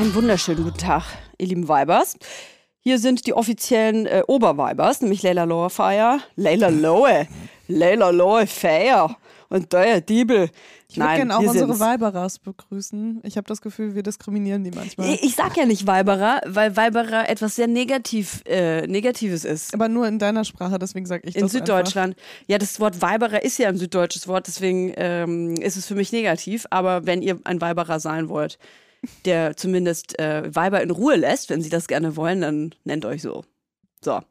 Einen wunderschönen guten Tag, ihr lieben Weibers. Hier sind die offiziellen Oberweibers, nämlich Leila Lohrfeier, Leila Lohe Feier und der Diebel. Ich würde gerne auch unsere Weiberers begrüßen. Ich habe das Gefühl, wir diskriminieren die manchmal. Ich sag ja nicht Weiberer, weil Weiberer etwas sehr Negatives ist. Aber nur in deiner Sprache, deswegen sage ich das in Süddeutschland. Einfach. Ja, das Wort Weiberer ist ja ein süddeutsches Wort, deswegen ist es für mich negativ. Aber wenn ihr ein Weiberer sein wollt, der zumindest Weiber in Ruhe lässt, wenn sie das gerne wollen, dann nennt euch so. So.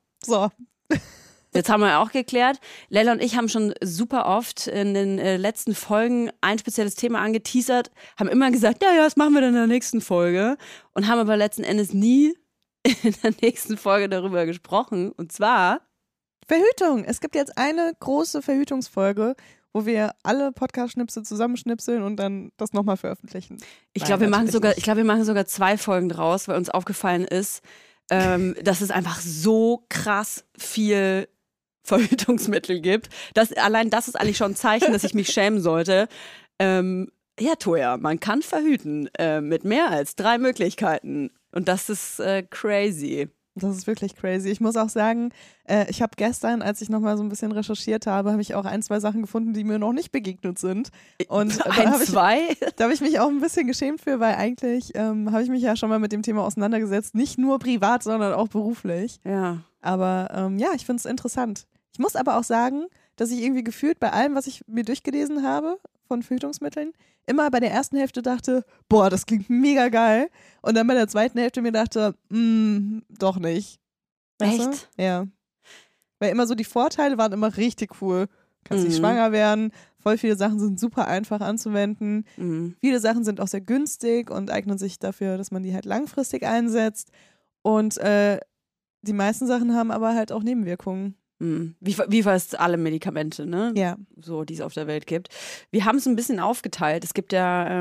Jetzt haben wir auch geklärt, Leila und ich haben schon super oft in den letzten Folgen ein spezielles Thema angeteasert, haben immer gesagt, ja, das machen wir dann in der nächsten Folge und haben aber letzten Endes nie in der nächsten Folge darüber gesprochen. Und zwar Verhütung. Es gibt jetzt eine große Verhütungsfolge, wo wir alle Podcast-Schnipsel zusammenschnipseln und dann das nochmal veröffentlichen. Ich glaube, wir machen sogar 2 Folgen draus, weil uns aufgefallen ist, dass es einfach so krass viel Verhütungsmittel gibt. Allein das ist eigentlich schon ein Zeichen, dass ich mich schämen sollte. Ja, Toja, man kann verhüten mit mehr als 3 Möglichkeiten. Und das ist crazy. Das ist wirklich crazy. Ich muss auch sagen, ich habe gestern, als ich nochmal so ein bisschen recherchiert habe ich auch 1, 2 Sachen gefunden, die mir noch nicht begegnet sind. Und da habe ich mich auch ein bisschen geschämt für, weil eigentlich habe ich mich ja schon mal mit dem Thema auseinandergesetzt. Nicht nur privat, sondern auch beruflich. Ja. Aber ja, ich finde es interessant. Ich muss aber auch sagen, dass ich irgendwie gefühlt bei allem, was ich mir durchgelesen habe von Verhütungsmitteln, immer bei der ersten Hälfte dachte, boah, das klingt mega geil. Und dann bei der zweiten Hälfte mir dachte, doch nicht. Weißt Echt? du? Ja. Weil immer so die Vorteile waren immer richtig cool. Kannst nicht schwanger werden, voll viele Sachen sind super einfach anzuwenden. Viele Sachen sind auch sehr günstig und eignen sich dafür, dass man die halt langfristig einsetzt. Und die meisten Sachen haben aber halt auch Nebenwirkungen. Wie fast alle Medikamente, ne? Ja. So, die es auf der Welt gibt. Wir haben es ein bisschen aufgeteilt. Es gibt ja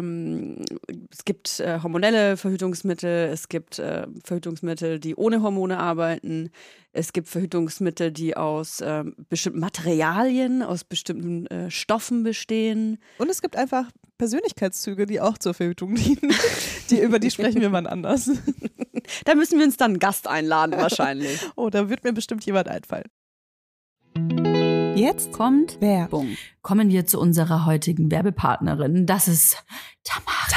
hormonelle Verhütungsmittel, es gibt Verhütungsmittel, die ohne Hormone arbeiten, es gibt Verhütungsmittel, die aus bestimmten Materialien, aus bestimmten Stoffen bestehen. Und es gibt einfach Persönlichkeitszüge, die auch zur Verhütung dienen. Über die sprechen wir wann anders. Da müssen wir uns dann einen Gast einladen, wahrscheinlich. Oh, da wird mir bestimmt jemand einfallen. Jetzt kommt Werbung. Kommen wir zu unserer heutigen Werbepartnerin. Das ist Tamaris.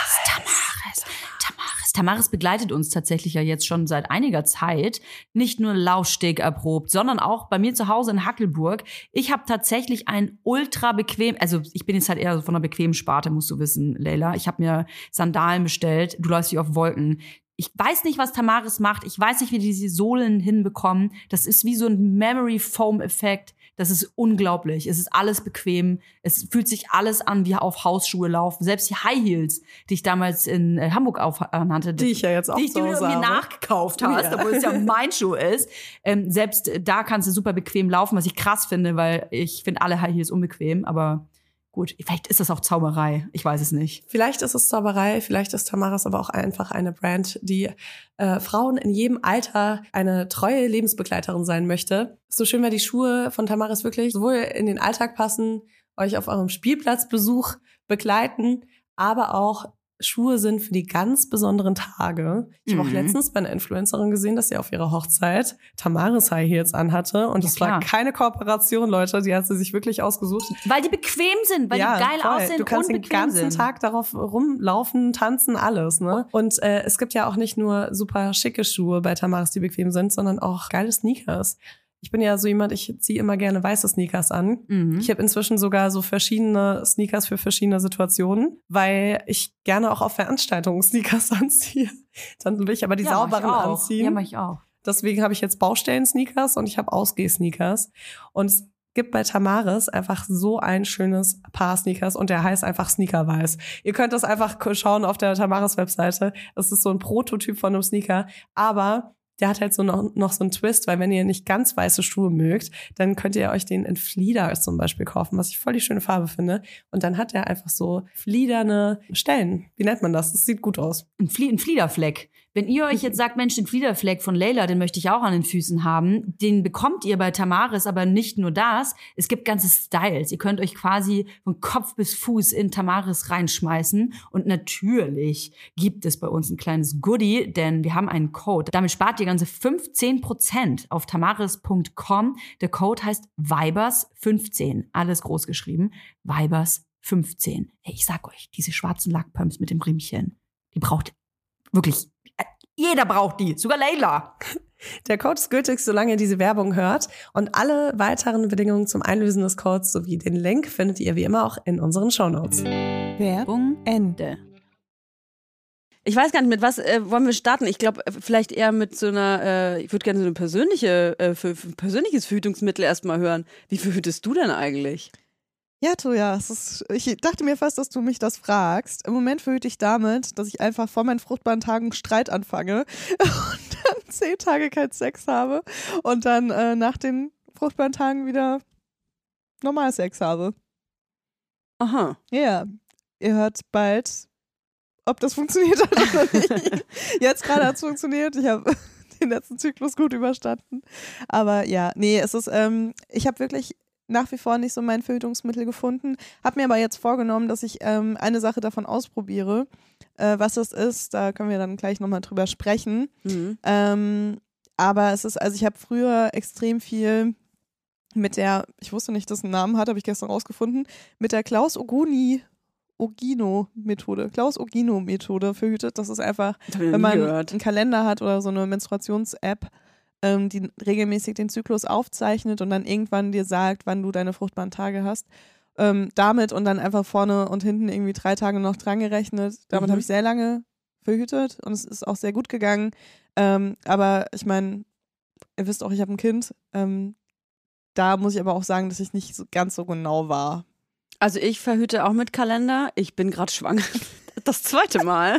Tamaris begleitet uns tatsächlich ja jetzt schon seit einiger Zeit. Nicht nur Laufsteg erprobt, sondern auch bei mir zu Hause in Hackelburg. Ich habe tatsächlich ein ultra bequem, also ich bin jetzt halt eher von einer bequemen Sparte, musst du wissen, Leila. Ich habe mir Sandalen bestellt. Du läufst wie auf Wolken. Ich weiß nicht, was Tamaris macht. Ich weiß nicht, wie die diese Sohlen hinbekommen. Das ist wie so ein Memory-Foam-Effekt. Das ist unglaublich. Es ist alles bequem. Es fühlt sich alles an wie auf Hausschuhe laufen. Selbst die High Heels, die ich damals in Hamburg anhatte. Die ich ja jetzt auch so die du mir nachgekauft hast, obwohl es ja mein Schuh ist. Selbst da kannst du super bequem laufen, was ich krass finde, weil ich finde alle High Heels unbequem. Aber gut, vielleicht ist das auch Zauberei. Ich weiß es nicht. Vielleicht ist es Zauberei, vielleicht ist Tamaris aber auch einfach eine Brand, die Frauen in jedem Alter eine treue Lebensbegleiterin sein möchte. So schön, weil die Schuhe von Tamaris wirklich sowohl in den Alltag passen, euch auf eurem Spielplatzbesuch begleiten, aber auch Schuhe sind für die ganz besonderen Tage. Ich habe auch letztens bei einer Influencerin gesehen, dass sie auf ihrer Hochzeit Tamaris High Heels anhatte. Und das war keine Kooperation, Leute. Die hat sie sich wirklich ausgesucht. Weil die bequem sind, weil die geil aussehen. Du kannst den ganzen Tag darauf rumlaufen, tanzen, alles, ne? Und es gibt ja auch nicht nur super schicke Schuhe bei Tamaris, die bequem sind, sondern auch geile Sneakers. Ich bin ja so jemand, ich ziehe immer gerne weiße Sneakers an. Ich habe inzwischen sogar so verschiedene Sneakers für verschiedene Situationen, weil ich gerne auch auf Veranstaltungen Sneakers anziehe. Dann will ich aber die sauberen anziehen. Ja, mach ich auch. Deswegen habe ich jetzt Baustellen-Sneakers und ich habe Ausgeh-Sneakers. Und es gibt bei Tamaris einfach so ein schönes Paar Sneakers und der heißt einfach Sneakerweiß. Ihr könnt das einfach schauen auf der Tamaris-Webseite. Das ist so ein Prototyp von einem Sneaker, aber der hat halt so noch so einen Twist, weil wenn ihr nicht ganz weiße Schuhe mögt, dann könnt ihr euch den in Flieder zum Beispiel kaufen, was ich voll die schöne Farbe finde. Und dann hat er einfach so fliederne Stellen. Wie nennt man das? Das sieht gut aus. Ein Fliederfleck. Wenn ihr euch jetzt sagt, Mensch, den Fliederfleck von Layla, den möchte ich auch an den Füßen haben, den bekommt ihr bei Tamaris, aber nicht nur das. Es gibt ganze Styles. Ihr könnt euch quasi von Kopf bis Fuß in Tamaris reinschmeißen. Und natürlich gibt es bei uns ein kleines Goodie, denn wir haben einen Code. Damit spart ihr ganze 15% auf tamaris.com. Der Code heißt Vibers15. Alles groß geschrieben. Vibers15. Hey, ich sag euch, diese schwarzen Lackpumps mit dem Riemchen, die braucht wirklich... Jeder braucht die, sogar Layla. Der Code ist gültig, solange ihr diese Werbung hört. Und alle weiteren Bedingungen zum Einlösen des Codes sowie den Link findet ihr wie immer auch in unseren Shownotes. Werbung Ende. Ich weiß gar nicht, mit was wollen wir starten? Ich glaube, vielleicht eher mit so einer, ich würde gerne so eine persönliches Verhütungsmittel erstmal hören. Wie verhütest du denn eigentlich? Ja, Toja, ich dachte mir fast, dass du mich das fragst. Im Moment verhüte ich damit, dass ich einfach vor meinen fruchtbaren Tagen Streit anfange und dann 10 Tage keinen Sex habe und dann nach den fruchtbaren Tagen wieder normal Sex habe. Aha. Ja, ihr hört bald, ob das funktioniert hat oder nicht. Jetzt gerade hat es funktioniert. Ich habe den letzten Zyklus gut überstanden. Aber ja, nee, es ist, ich habe wirklich nach wie vor nicht so mein Verhütungsmittel gefunden. Habe mir aber jetzt vorgenommen, dass ich eine Sache davon ausprobiere. Was das ist, da können wir dann gleich nochmal drüber sprechen. Mhm. Aber es ist, also ich habe früher extrem viel mit der, ich wusste nicht, dass es einen Namen hat, habe ich gestern rausgefunden, mit der Klaus-Ogino-Methode. Klaus-Ogino-Methode verhütet. Das ist einfach, wenn man einen Kalender hat oder so eine Menstruations-App, die regelmäßig den Zyklus aufzeichnet und dann irgendwann dir sagt, wann du deine fruchtbaren Tage hast. Damit und dann einfach vorne und hinten irgendwie 3 Tage noch dran gerechnet. Damit habe ich sehr lange verhütet und es ist auch sehr gut gegangen. Aber ich meine, ihr wisst auch, ich habe ein Kind. Da muss ich aber auch sagen, dass ich nicht so ganz so genau war. Also ich verhüte auch mit Kalender. Ich bin gerade schwanger. Das 2. Mal.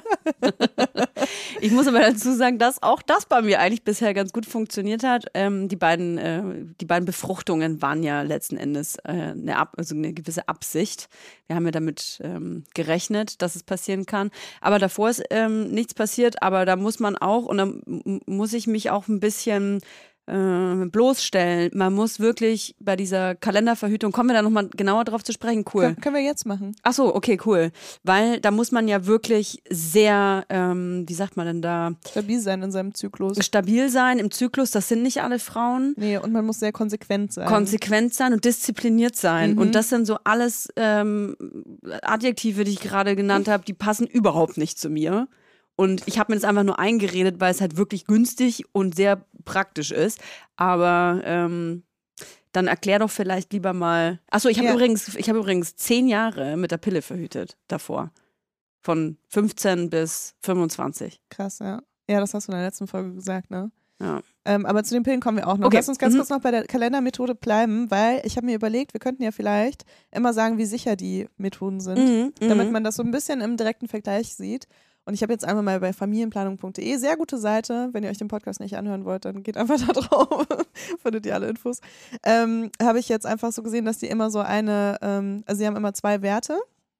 Ich muss aber dazu sagen, dass auch das bei mir eigentlich bisher ganz gut funktioniert hat. Die beiden Befruchtungen waren ja letzten Endes eine gewisse Absicht. Wir haben ja damit gerechnet, dass es passieren kann. Aber davor ist nichts passiert. Aber da muss man auch, und da muss ich mich auch ein bisschen bloßstellen. Man muss wirklich bei dieser Kalenderverhütung, kommen wir da nochmal genauer drauf zu sprechen? Cool. Können wir jetzt machen. Ach so, okay, cool. Weil da muss man ja wirklich sehr, wie sagt man denn da? Stabil sein in seinem Zyklus. Stabil sein im Zyklus, das sind nicht alle Frauen. Nee, und man muss sehr konsequent sein. Konsequent sein und diszipliniert sein. Und das sind so alles Adjektive, die ich gerade genannt habe, die passen überhaupt nicht zu mir. Und ich habe mir das einfach nur eingeredet, weil es halt wirklich günstig und sehr praktisch ist. Aber dann erklär doch vielleicht lieber mal. Achso, ich habe übrigens 10 Jahre mit der Pille verhütet davor. Von 15 bis 25. Krass, ja. Ja, das hast du in der letzten Folge gesagt, ne? Ja. Aber zu den Pillen kommen wir auch noch. Okay. Lass uns ganz kurz noch bei der Kalendermethode bleiben, weil ich habe mir überlegt, wir könnten ja vielleicht immer sagen, wie sicher die Methoden sind, damit man das so ein bisschen im direkten Vergleich sieht. Und ich habe jetzt einmal mal bei familienplanung.de, sehr gute Seite, wenn ihr euch den Podcast nicht anhören wollt, dann geht einfach da drauf, findet ihr alle Infos. Habe ich jetzt einfach so gesehen, dass die immer so also sie haben immer 2 Werte.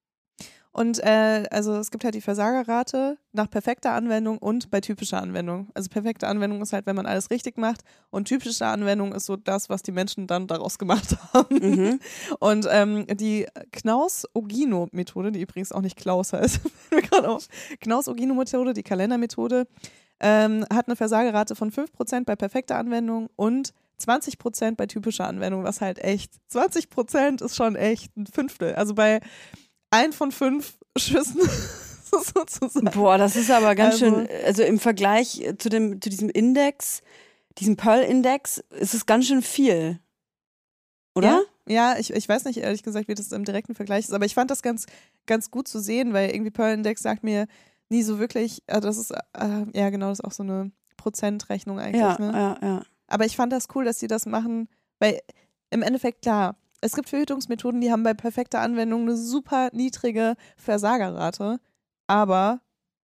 Und also es gibt halt die Versagerrate nach perfekter Anwendung und bei typischer Anwendung. Also perfekte Anwendung ist halt, wenn man alles richtig macht, und typische Anwendung ist so das, was die Menschen dann daraus gemacht haben. Und die Knaus-Ogino-Methode, die übrigens auch nicht Klaus heißt, Knaus-Ogino-Methode, die Kalendermethode, hat eine Versagerrate von 5% bei perfekter Anwendung und 20% bei typischer Anwendung, was halt echt, 20% ist schon echt ein Fünftel. Also bei 1 von 5 Schüssen sozusagen. Boah, das ist aber ganz schön, also im Vergleich zu diesem Index, diesem Pearl-Index, ist es ganz schön viel. Oder? Ja, ich weiß nicht, ehrlich gesagt, wie das im direkten Vergleich ist, aber ich fand das ganz, ganz gut zu sehen, weil irgendwie Pearl-Index sagt mir nie so wirklich, das ist, ja genau, das ist auch so eine Prozentrechnung eigentlich. Ja, ne? ja. Aber ich fand das cool, dass sie das machen, weil im Endeffekt, klar, es gibt Verhütungsmethoden, die haben bei perfekter Anwendung eine super niedrige Versagerrate, aber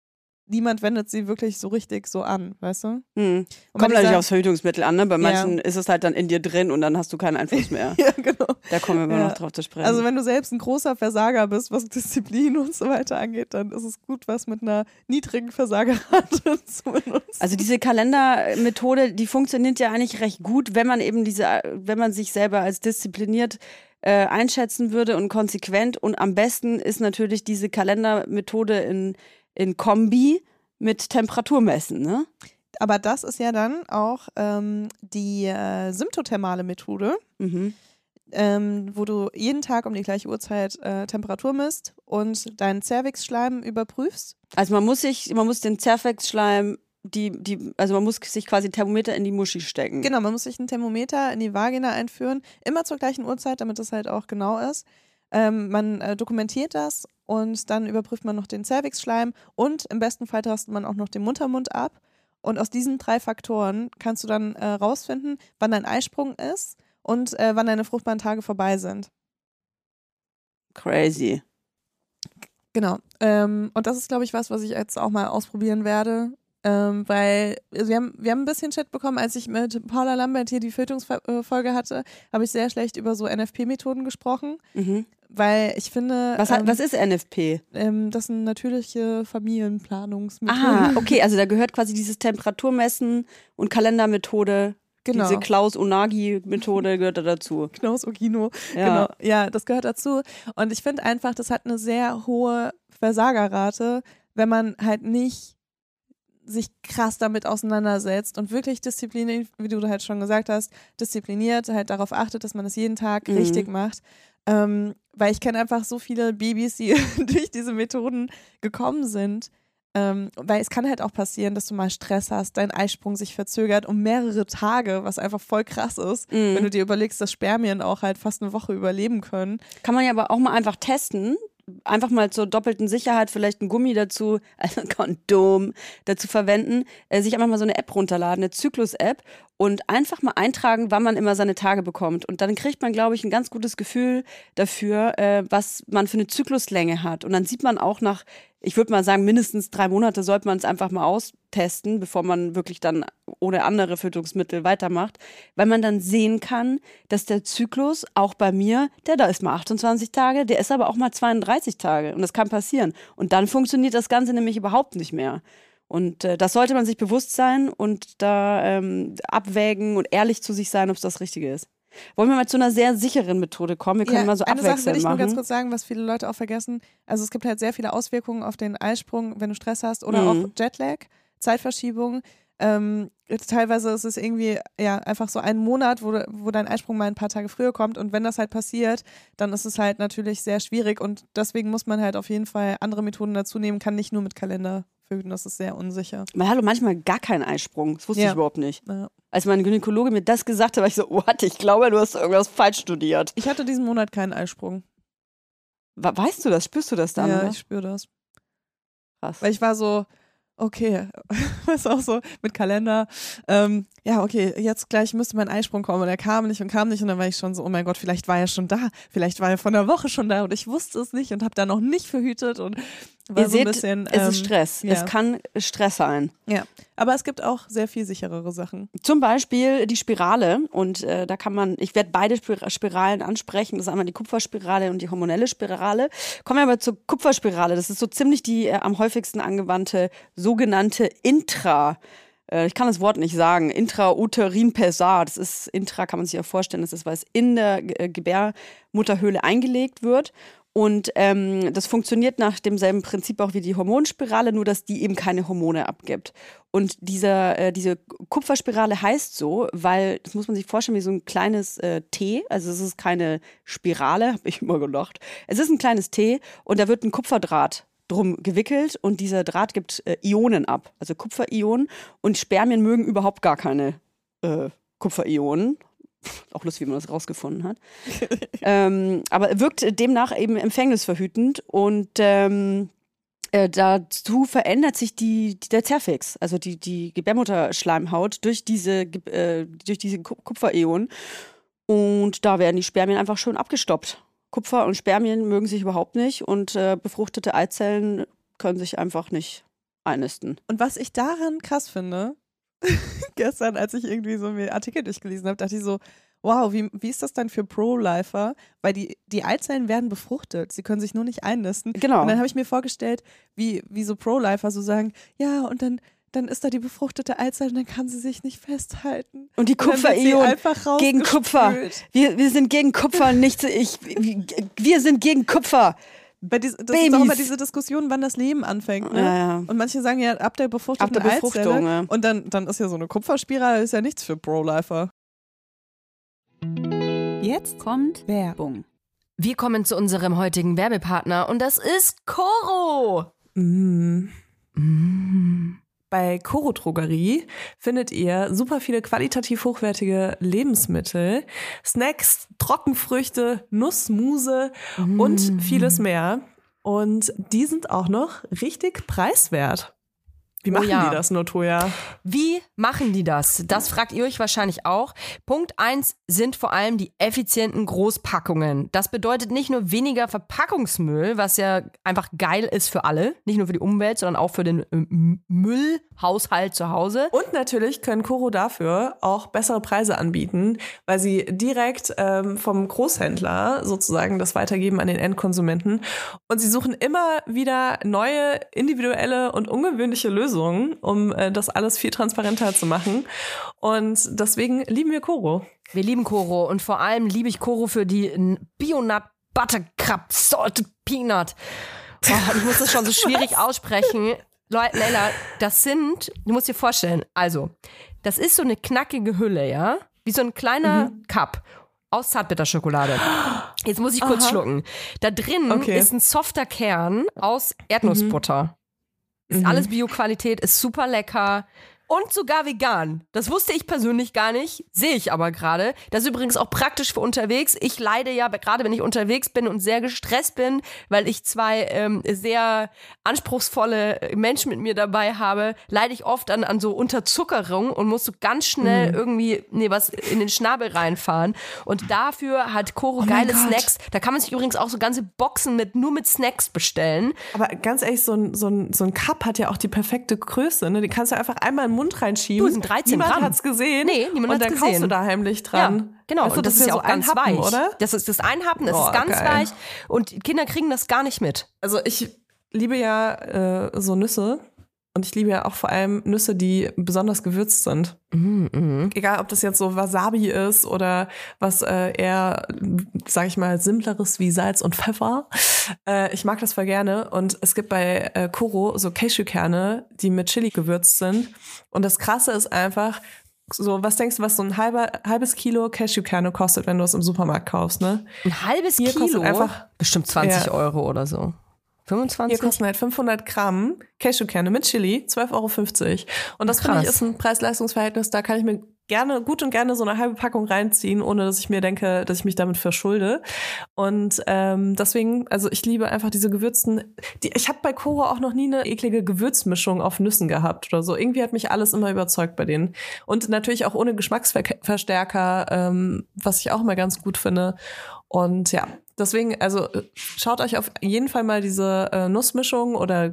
niemand wendet sie wirklich so richtig so an, weißt du? Und kommt natürlich aufs Verhütungsmittel an, ne? Bei manchen ist es halt dann in dir drin und dann hast du keinen Einfluss mehr. Ja, genau. Da kommen wir noch drauf zu sprechen. Also wenn du selbst ein großer Versager bist, was Disziplin und so weiter angeht, dann ist es gut, was mit einer niedrigen Versagerrate zu benutzen. Also diese Kalendermethode, die funktioniert ja eigentlich recht gut, wenn man eben wenn man sich selber als diszipliniert einschätzen würde und konsequent. Und am besten ist natürlich diese Kalendermethode in Kombi mit Temperaturmessen, ne? Aber das ist ja dann auch die symptothermale Methode, wo du jeden Tag um die gleiche Uhrzeit Temperatur misst und deinen Cervixschleim überprüfst. Also man muss den Cervixschleim, also man muss sich quasi ein Thermometer in die Muschi stecken. Genau, man muss sich ein Thermometer in die Vagina einführen, immer zur gleichen Uhrzeit, damit das halt auch genau ist. Man dokumentiert das und dann überprüft man noch den Cervixschleim und im besten Fall tastet man auch noch den Muttermund ab. Und aus diesen 3 Faktoren kannst du dann rausfinden, wann dein Eisprung ist und wann deine fruchtbaren Tage vorbei sind. Crazy. Genau. Und das ist, glaube ich, was ich jetzt auch mal ausprobieren werde. Weil wir haben ein bisschen Chat bekommen, als ich mit Paula Lambert hier die Fötungsfolge hatte, habe ich sehr schlecht über so NFP-Methoden gesprochen, weil ich finde... Was ist NFP? Das sind natürliche Familienplanungsmethoden. Okay, also da gehört quasi dieses Temperaturmessen und Kalendermethode, genau. Diese Klaus-Onagi-Methode gehört da dazu. Klaus-Ogino, genau. Ja, das gehört dazu. Und ich finde einfach, das hat eine sehr hohe Versagerrate, wenn man halt nicht sich krass damit auseinandersetzt und wirklich diszipliniert, wie du halt schon gesagt hast, diszipliniert, halt darauf achtet, dass man das jeden Tag richtig macht. Weil ich kenne einfach so viele Babys, die durch diese Methoden gekommen sind. Weil es kann halt auch passieren, dass du mal Stress hast, dein Eisprung sich verzögert um mehrere Tage, was einfach voll krass ist, wenn du dir überlegst, dass Spermien auch halt fast eine Woche überleben können. Kann man ja aber auch mal einfach testen. Einfach mal zur doppelten Sicherheit vielleicht ein Gummi dazu, also ein Kondom dazu verwenden, sich einfach mal so eine App runterladen, eine Zyklus-App und einfach mal eintragen, wann man immer seine Tage bekommt. Und dann kriegt man, glaube ich, ein ganz gutes Gefühl dafür, was man für eine Zykluslänge hat. Und dann sieht man auch nach, ich würde mal sagen, mindestens 3 Monate sollte man es einfach mal austesten, bevor man wirklich dann ohne andere Verhütungsmittel weitermacht, weil man dann sehen kann, dass der Zyklus auch bei mir, da ist mal 28 Tage, der ist aber auch mal 32 Tage und das kann passieren. Und dann funktioniert das Ganze nämlich überhaupt nicht mehr. Und das sollte man sich bewusst sein und da abwägen und ehrlich zu sich sein, ob es das Richtige ist. Wollen wir mal zu einer sehr sicheren Methode kommen? Wir können mal so abwechselnd machen. Eine Sache will ich nur ganz kurz sagen, was viele Leute auch vergessen. Also es gibt halt sehr viele Auswirkungen auf den Eisprung, wenn du Stress hast oder auch Jetlag, Zeitverschiebung. Teilweise ist es irgendwie einfach so ein Monat, wo dein Eisprung mal ein paar Tage früher kommt und wenn das halt passiert, dann ist es halt natürlich sehr schwierig und deswegen muss man halt auf jeden Fall andere Methoden dazu nehmen, kann nicht nur mit Kalender verhüten, das ist sehr unsicher. Man hat manchmal gar keinen Eisprung, das wusste ich überhaupt nicht. Ja. Als meine Gynäkologe mir das gesagt hat, war ich so, what, ich glaube, du hast irgendwas falsch studiert. Ich hatte diesen Monat keinen Eisprung. Weißt du das? Spürst du das dann? Ja, oder? ich spüre das. Krass. Weil ich war so, okay, was auch so mit Kalender, okay, jetzt gleich müsste mein Eisprung kommen und er kam nicht und dann war ich schon so, oh mein Gott, vielleicht war er schon da, vielleicht war er vor einer Woche schon da und ich wusste es nicht und habe da noch nicht verhütet und war Ihr so ein seht, bisschen. Es ist Stress, ja. Es kann Stress sein. Ja, aber es gibt auch sehr viel sicherere Sachen. Zum Beispiel die Spirale und da kann man, ich werde beide Spiralen ansprechen, das ist einmal die Kupferspirale und die hormonelle Spirale. Kommen wir aber zur Kupferspirale, das ist so ziemlich die am häufigsten angewandte sogenannte ich kann das Wort nicht sagen, Intrauterin-Pessar, das ist Intra, kann man sich ja vorstellen, das ist, weil es in der Gebärmutterhöhle eingelegt wird. Und das funktioniert nach demselben Prinzip auch wie die Hormonspirale, nur dass die eben keine Hormone abgibt. Und diese Kupferspirale heißt so, weil, das muss man sich vorstellen, wie so ein kleines T, also es ist keine Spirale, habe ich immer gedacht. Es ist ein kleines T und da wird ein Kupferdraht drum gewickelt und dieser Draht gibt Ionen ab, also Kupferionen und Spermien mögen überhaupt gar keine Kupferionen. Auch lustig, wie man das rausgefunden hat. Aber wirkt demnach eben empfängnisverhütend und dazu verändert sich der Zervix, also die Gebärmutterschleimhaut durch diese Kupferionen und da werden die Spermien einfach schön abgestoppt. Kupfer und Spermien mögen sich überhaupt nicht und befruchtete Eizellen können sich einfach nicht einnisten. Und was ich daran krass finde, gestern, als ich irgendwie so mir Artikel durchgelesen habe, dachte ich so, wow, wie ist das dann für Pro-Lifer? Weil die Eizellen werden befruchtet, sie können sich nur nicht einnisten. Genau. Und dann habe ich mir vorgestellt, wie so Pro-Lifer so sagen, ja, und dann ist da die befruchtete Eizelle und dann kann sie sich nicht festhalten. Und die Kupferionen gegen Kupfer. Wir sind gegen Kupfer, wir sind gegen Kupfer. Das ist auch immer diese Diskussion, wann das Leben anfängt. Ne? Ja. Und manche sagen ja, ab der befruchteten Eizelle. Ja. Und dann ist ja so eine Kupferspirale, ist ja nichts für Pro-Lifer. Jetzt kommt Werbung. Wir kommen zu unserem heutigen Werbepartner und das ist Koro. Bei Koro Drogerie findet ihr super viele qualitativ hochwertige Lebensmittel, Snacks, Trockenfrüchte, Nussmuse und vieles mehr. Und die sind auch noch richtig preiswert. Wie machen die das, Notoya? Wie machen die das? Das fragt ihr euch wahrscheinlich auch. Punkt 1 sind vor allem die effizienten Großpackungen. Das bedeutet nicht nur weniger Verpackungsmüll, was ja einfach geil ist für alle. Nicht nur für die Umwelt, sondern auch für den Müllhaushalt zu Hause. Und natürlich können Koro dafür auch bessere Preise anbieten, weil sie direkt vom Großhändler sozusagen das weitergeben an den Endkonsumenten. Und sie suchen immer wieder neue, individuelle und ungewöhnliche Lösungen, um das alles viel transparenter zu machen. Und deswegen lieben wir Koro. Wir lieben Koro und vor allem liebe ich Koro für die Bionut Buttercup Salted Peanut. Oh, ich muss das schon so schwierig aussprechen. Leila, du musst dir vorstellen, also, das ist so eine knackige Hülle, ja? Wie so ein kleiner Cup aus Zartbitterschokolade. Jetzt muss ich kurz schlucken. Da drin ist ein softer Kern aus Erdnussbutter. Ist alles Bio-Qualität, ist super lecker und sogar vegan. Das wusste ich persönlich gar nicht, sehe ich aber gerade. Das ist übrigens auch praktisch für unterwegs. Ich leide ja, gerade wenn ich unterwegs bin und sehr gestresst bin, weil ich zwei sehr anspruchsvolle Menschen mit mir dabei habe, leide ich oft an so Unterzuckerung und muss so ganz schnell irgendwie was in den Schnabel reinfahren. Und dafür hat Koro geile Snacks. Da kann man sich übrigens auch so ganze Boxen nur mit Snacks bestellen. Aber ganz ehrlich, so ein Cup hat ja auch die perfekte Größe. Ne? Die kannst du einfach einmal in den Mund reinschieben. Du, sind 13 niemand Gramm. Hat's gesehen. Nee, niemand hat's gesehen. Und dann kaufst du da heimlich dran. Ja, genau. Weißt du, und das ist ja auch so ganz Happen, weich. Oder? Das ist das Einhappen, das ist ganz weich. Und Kinder kriegen das gar nicht mit. Also ich liebe ja so Nüsse. Und ich liebe ja auch vor allem Nüsse, die besonders gewürzt sind. Egal, ob das jetzt so Wasabi ist oder was eher, sag ich mal, simpleres wie Salz und Pfeffer. Ich mag das voll gerne. Und es gibt bei Koro so Cashewkerne, die mit Chili gewürzt sind. Und das Krasse ist einfach, so, was denkst du, was so ein halbes Kilo Cashewkerne kostet, wenn du es im Supermarkt kaufst, ne? Ein halbes Hier Kilo? kostet einfach bestimmt 20 Euro oder so. 25? Hier kosten halt 500 Gramm Cashewkerne mit Chili, 12,50 Euro. Und das finde ich ist ein Preis-Leistungs-Verhältnis, da kann ich mir gut und gerne so eine halbe Packung reinziehen, ohne dass ich mir denke, dass ich mich damit verschulde. Und deswegen, also ich liebe einfach diese gewürzten, ich habe bei Koro auch noch nie eine eklige Gewürzmischung auf Nüssen gehabt oder so. Irgendwie hat mich alles immer überzeugt bei denen. Und natürlich auch ohne Geschmacksverstärker, was ich auch immer ganz gut finde. Und ja, deswegen, also schaut euch auf jeden Fall mal diese Nussmischung oder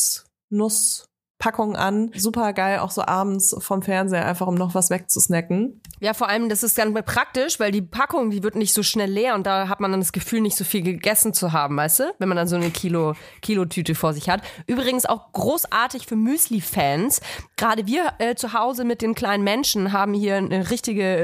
Gewürznusspackung an. Super geil, auch so abends vom Fernseher, einfach um noch was wegzusnacken. Ja, vor allem, das ist dann praktisch, weil die Packung, die wird nicht so schnell leer und da hat man dann das Gefühl, nicht so viel gegessen zu haben, weißt du? Wenn man dann so eine Kilotüte vor sich hat. Übrigens auch großartig für Müsli-Fans. Gerade wir zu Hause mit den kleinen Menschen haben hier eine richtige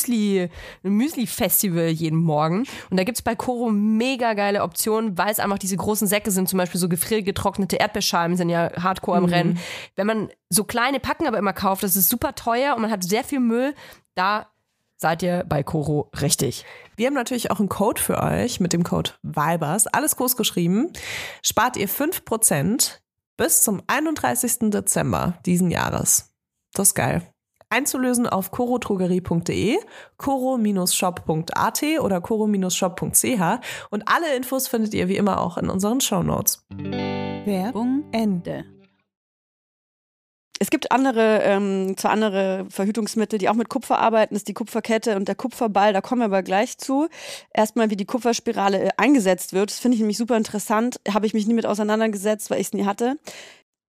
Müsli-Festival jeden Morgen. Und da gibt's bei Koro mega geile Optionen, weil es einfach diese großen Säcke sind, zum Beispiel so gefriergetrocknete Erdbeerscheiben sind ja hardcore am Rennen. Wenn man so kleine Packen aber immer kauft, das ist super teuer und man hat sehr viel Müll. Da seid ihr bei Koro richtig. Wir haben natürlich auch einen Code für euch mit dem Code VIBERS. Alles groß geschrieben. Spart ihr 5% bis zum 31. Dezember diesen Jahres. Das ist geil. Einzulösen auf korodrogerie.de, koro-shop.at oder koro-shop.ch und alle Infos findet ihr wie immer auch in unseren Shownotes. Werbung Ende. Es gibt andere Verhütungsmittel, die auch mit Kupfer arbeiten. Das ist die Kupferkette und der Kupferball. Da kommen wir aber gleich zu. Erstmal, wie die Kupferspirale eingesetzt wird. Das finde ich nämlich super interessant. Habe ich mich nie mit auseinandergesetzt, weil ich es nie hatte.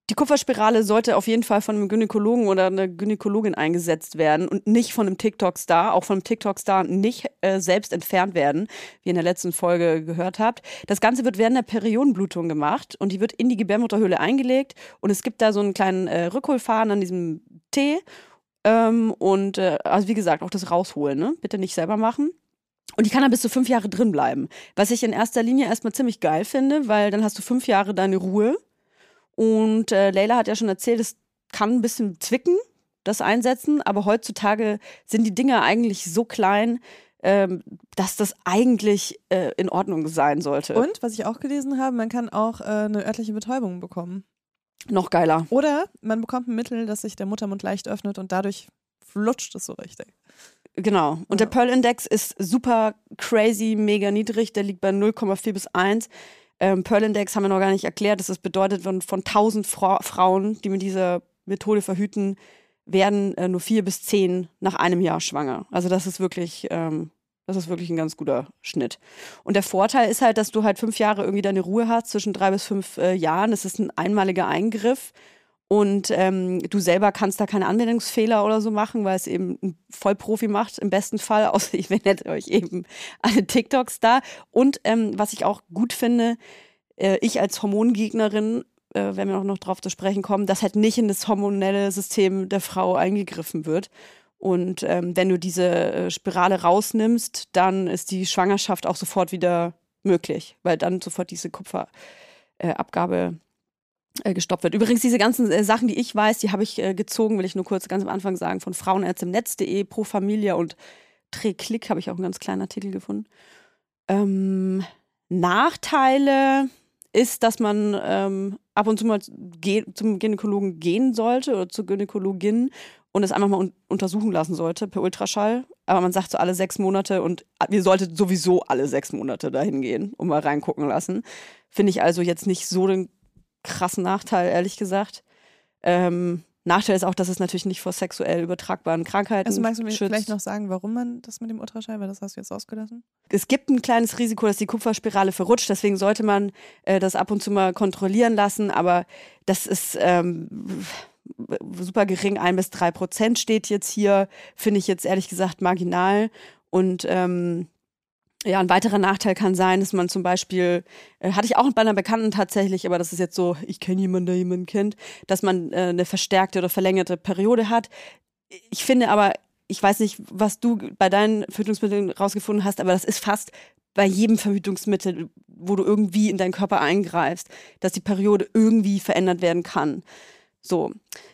Die Kupferspirale sollte auf jeden Fall von einem Gynäkologen oder einer Gynäkologin eingesetzt werden und nicht von einem TikTok-Star, auch von einem TikTok-Star nicht selbst entfernt werden, wie ihr in der letzten Folge gehört habt. Das Ganze wird während der Periodenblutung gemacht und die wird in die Gebärmutterhöhle eingelegt und es gibt da so einen kleinen Rückholfaden an diesem T also wie gesagt, auch das rausholen, ne? Bitte nicht selber machen. Und die kann dann bis zu 5 Jahre drin bleiben. Was ich in erster Linie erstmal ziemlich geil finde, weil dann hast du 5 Jahre deine Ruhe. Und Leila hat ja schon erzählt, es kann ein bisschen zwicken, das Einsetzen, aber heutzutage sind die Dinger eigentlich so klein, dass das eigentlich in Ordnung sein sollte. Und, was ich auch gelesen habe, man kann auch eine örtliche Betäubung bekommen. Noch geiler. Oder man bekommt ein Mittel, dass sich der Muttermund leicht öffnet und dadurch flutscht es so richtig. Genau. Und der Pearl-Index ist super crazy, mega niedrig. Der liegt bei 0,4 bis 1. Pearl-Index haben wir noch gar nicht erklärt. Das bedeutet, von 1000 Frauen, die mit dieser Methode verhüten, werden nur 4 bis 10 nach einem Jahr schwanger. Also das ist wirklich ein ganz guter Schnitt. Und der Vorteil ist halt, dass du halt 5 Jahre irgendwie deine Ruhe hast, zwischen 3 bis 5 Jahren. Das ist ein einmaliger Eingriff. Und du selber kannst da keine Anwendungsfehler oder so machen, weil es eben ein Vollprofi macht, im besten Fall, außer ich nenne euch eben alle TikToks da. Und was ich auch gut finde, ich als Hormongegnerin, wenn wir auch noch drauf zu sprechen kommen, dass halt nicht in das hormonelle System der Frau eingegriffen wird. Und wenn du diese Spirale rausnimmst, dann ist die Schwangerschaft auch sofort wieder möglich, weil dann sofort diese Kupferabgabe gestoppt wird. Übrigens, diese ganzen Sachen, die ich weiß, die habe ich gezogen, will ich nur kurz ganz am Anfang sagen, von frauenärztemnetz.de, Pro Familia und Treklick habe ich auch einen ganz kleinen Artikel gefunden. Nachteile ist, dass man ab und zu mal zum Gynäkologen gehen sollte oder zur Gynäkologin und es einfach mal untersuchen lassen sollte per Ultraschall. Aber man sagt so alle 6 Monate und wir sollten sowieso alle 6 Monate dahin gehen und mal reingucken lassen. Finde ich also jetzt nicht so den krassen Nachteil, ehrlich gesagt. Nachteil ist auch, dass es natürlich nicht vor sexuell übertragbaren Krankheiten Also magst du mir schützt. vielleicht noch sagen, warum man das mit dem Ultraschall, weil das hast du jetzt ausgelassen? Es gibt ein kleines Risiko, dass die Kupferspirale verrutscht, deswegen sollte man das ab und zu mal kontrollieren lassen, aber das ist super gering, 1-3% steht jetzt hier, finde ich jetzt ehrlich gesagt marginal und ja, ein weiterer Nachteil kann sein, dass man zum Beispiel, hatte ich auch bei einer Bekannten tatsächlich, aber das ist jetzt so, ich kenne jemanden, der jemanden kennt, dass man eine verstärkte oder verlängerte Periode hat. Ich finde aber, ich weiß nicht, was du bei deinen Verhütungsmitteln rausgefunden hast, aber das ist fast bei jedem Verhütungsmittel, wo du irgendwie in deinen Körper eingreifst, dass die Periode irgendwie verändert werden kann. So.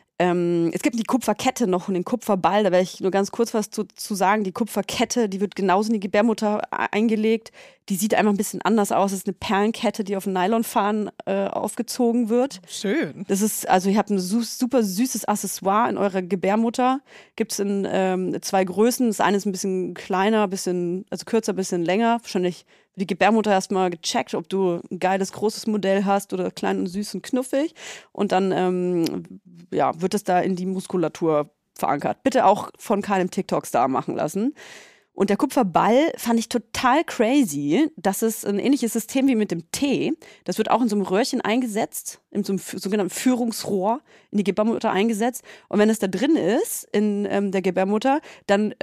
Es gibt die Kupferkette noch und den Kupferball, da werde ich nur ganz kurz was zu sagen. Die Kupferkette, die wird genauso in die Gebärmutter eingelegt. Die sieht einfach ein bisschen anders aus. Das ist eine Perlenkette, die auf einen Nylonfaden aufgezogen wird. Schön. Das ist, also ihr habt ein super süßes Accessoire in eurer Gebärmutter. Gibt es in 2 Größen. Das eine ist ein bisschen kleiner, also kürzer, ein bisschen länger. Wahrscheinlich wird die Gebärmutter erstmal gecheckt, ob du ein geiles, großes Modell hast oder klein und süß und knuffig. Und dann wird es da in die Muskulatur verankert. Bitte auch von keinem TikTok-Star machen lassen. Und der Kupferball fand ich total crazy. Das ist ein ähnliches System wie mit dem Tee. Das wird auch in so einem Röhrchen eingesetzt, in so einem sogenannten Führungsrohr in die Gebärmutter eingesetzt. Und wenn es da drin ist, in der Gebärmutter, dann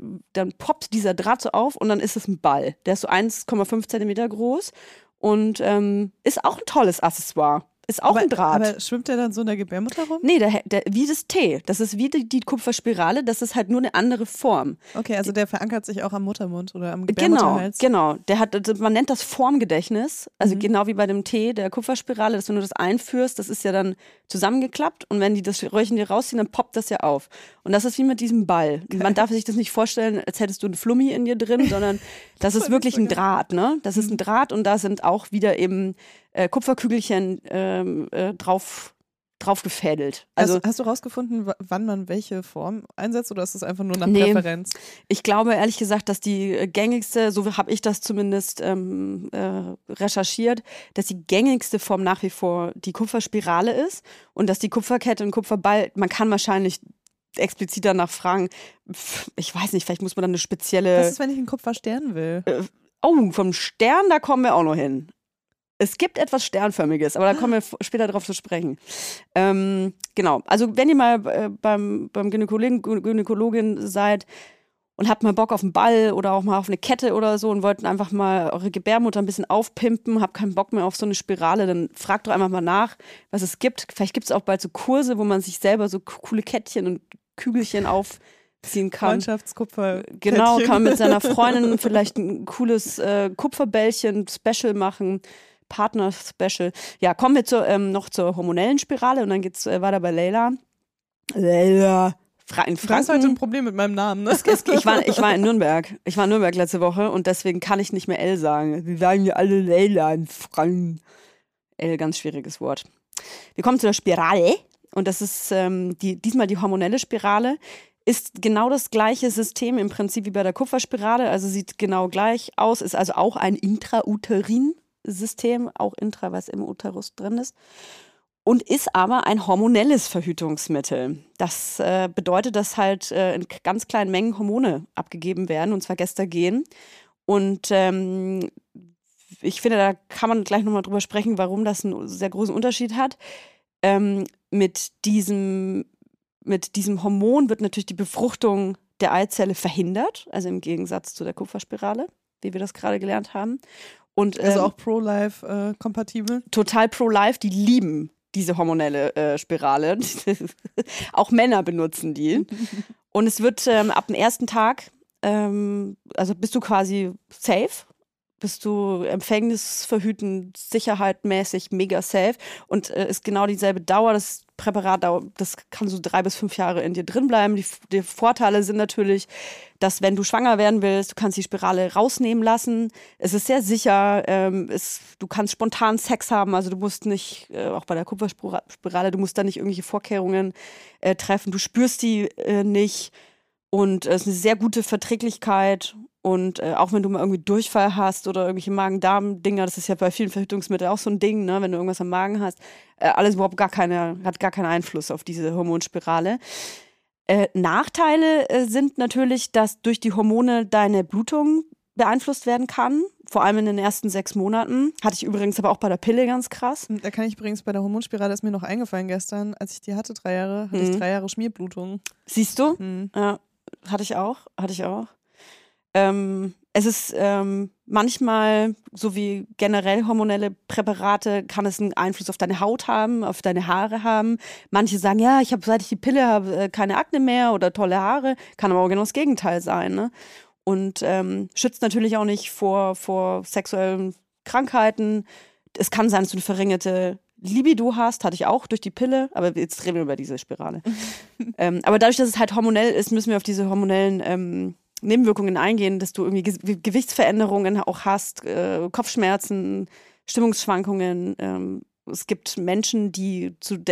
poppt dieser Draht so auf und dann ist es ein Ball. Der ist so 1,5 Zentimeter groß und ist auch ein tolles Accessoire. Ist auch ein Draht. Aber schwimmt der dann so in der Gebärmutter rum? Nee, wie das T. Das ist wie die Kupferspirale, das ist halt nur eine andere Form. Okay, also der verankert sich auch am Muttermund oder am Gebärmutterhals. Genau. Man nennt das Formgedächtnis, also genau wie bei dem T der Kupferspirale, dass wenn du das einführst, das ist ja dann zusammengeklappt und wenn die das Röhrchen dir rausziehen, dann poppt das ja auf. Und das ist wie mit diesem Ball. Okay. Man darf sich das nicht vorstellen, als hättest du einen Flummi in dir drin, sondern das ist wirklich ein Draht, ne? Das ist ein Draht und da sind auch wieder eben Kupferkügelchen drauf gefädelt. Also, hast du rausgefunden, wann man welche Form einsetzt oder ist das einfach nur nach Präferenz? Ich glaube ehrlich gesagt, dass die gängigste, so habe ich das zumindest recherchiert, dass die gängigste Form nach wie vor die Kupferspirale ist und dass die Kupferkette und Kupferball, man kann wahrscheinlich explizit danach fragen, ich weiß nicht, vielleicht muss man dann eine spezielle... Was ist, wenn ich einen Kupferstern will? Vom Stern, da kommen wir auch noch hin. Es gibt etwas Sternförmiges, aber da kommen wir später drauf zu sprechen. Genau, also wenn ihr mal beim Gynäkologin seid und habt mal Bock auf einen Ball oder auch mal auf eine Kette oder so und wollt einfach mal eure Gebärmutter ein bisschen aufpimpen, habt keinen Bock mehr auf so eine Spirale, dann fragt doch einfach mal nach, was es gibt. Vielleicht gibt es auch bald so Kurse, wo man sich selber so coole Kettchen und Kügelchen aufziehen kann. Freundschaftskupfer. Genau, kann man mit seiner Freundin vielleicht ein cooles Kupferbällchen-Special machen. Partner-Special. Ja, kommen wir noch zur hormonellen Spirale und dann geht's weiter bei Leila. Leila. In Du hast heute ein Franken. Problem mit meinem Namen, ne? Ich war in Nürnberg. Ich war in Nürnberg letzte Woche und deswegen kann ich nicht mehr L sagen. Wir sagen ja alle Leila in Franken. L, ganz schwieriges Wort. Wir kommen zu der Spirale und das ist diesmal die hormonelle Spirale. Ist genau das gleiche System im Prinzip wie bei der Kupferspirale, also sieht genau gleich aus, ist also auch ein Intrauterin-System, auch intra, was im Uterus drin ist. Und ist aber ein hormonelles Verhütungsmittel. Das bedeutet, dass halt in ganz kleinen Mengen Hormone abgegeben werden, und zwar Gestagen. Und ich finde, da kann man gleich nochmal drüber sprechen, warum das einen sehr großen Unterschied hat. Mit diesem Hormon wird natürlich die Befruchtung der Eizelle verhindert, also im Gegensatz zu der Kupferspirale, wie wir das gerade gelernt haben. Und, Also auch Pro-Life kompatibel. Total Pro-Life, die lieben diese hormonelle Spirale. Auch Männer benutzen die. Und es wird ab dem ersten Tag, also bist du quasi safe, bist du empfängnisverhütend, sicherheitmäßig mega safe und ist genau dieselbe Dauer. Das Präparat, das kann so 3 bis 5 Jahre in dir drin bleiben. Die Vorteile sind natürlich, dass wenn du schwanger werden willst, du kannst die Spirale rausnehmen lassen. Es ist sehr sicher. Du kannst spontan Sex haben. Also du musst nicht, auch bei der Kupferspirale, du musst da nicht irgendwelche Vorkehrungen treffen. Du spürst die nicht. Und es ist eine sehr gute Verträglichkeit. Und auch wenn du mal irgendwie Durchfall hast oder irgendwelche Magen-Darm-Dinger, das ist ja bei vielen Verhütungsmitteln auch so ein Ding, ne, wenn du irgendwas am Magen hast, alles überhaupt hat gar keinen Einfluss auf diese Hormonspirale. Nachteile sind natürlich, dass durch die Hormone deine Blutung beeinflusst werden kann, vor allem in den ersten 6 Monaten. Hatte ich übrigens aber auch bei der Pille ganz krass. Da kann ich übrigens bei der Hormonspirale, ist mir noch eingefallen gestern, als ich die hatte, 3 Jahre, hatte ich 3 Jahre Schmierblutung. Siehst du? Mhm. Ja, hatte ich auch. Es ist manchmal, so wie generell hormonelle Präparate, kann es einen Einfluss auf deine Haut haben, auf deine Haare haben. Manche sagen, ja, seit ich die Pille habe, keine Akne mehr oder tolle Haare. Kann aber auch genau das Gegenteil sein, ne? Und schützt natürlich auch nicht vor sexuellen Krankheiten. Es kann sein, dass du eine verringerte Libido hast, hatte ich auch durch die Pille, aber jetzt reden wir über diese Spirale. Aber dadurch, dass es halt hormonell ist, müssen wir auf diese hormonellen Nebenwirkungen eingehen, dass du irgendwie Gewichtsveränderungen auch hast, Kopfschmerzen, Stimmungsschwankungen. Es gibt Menschen, die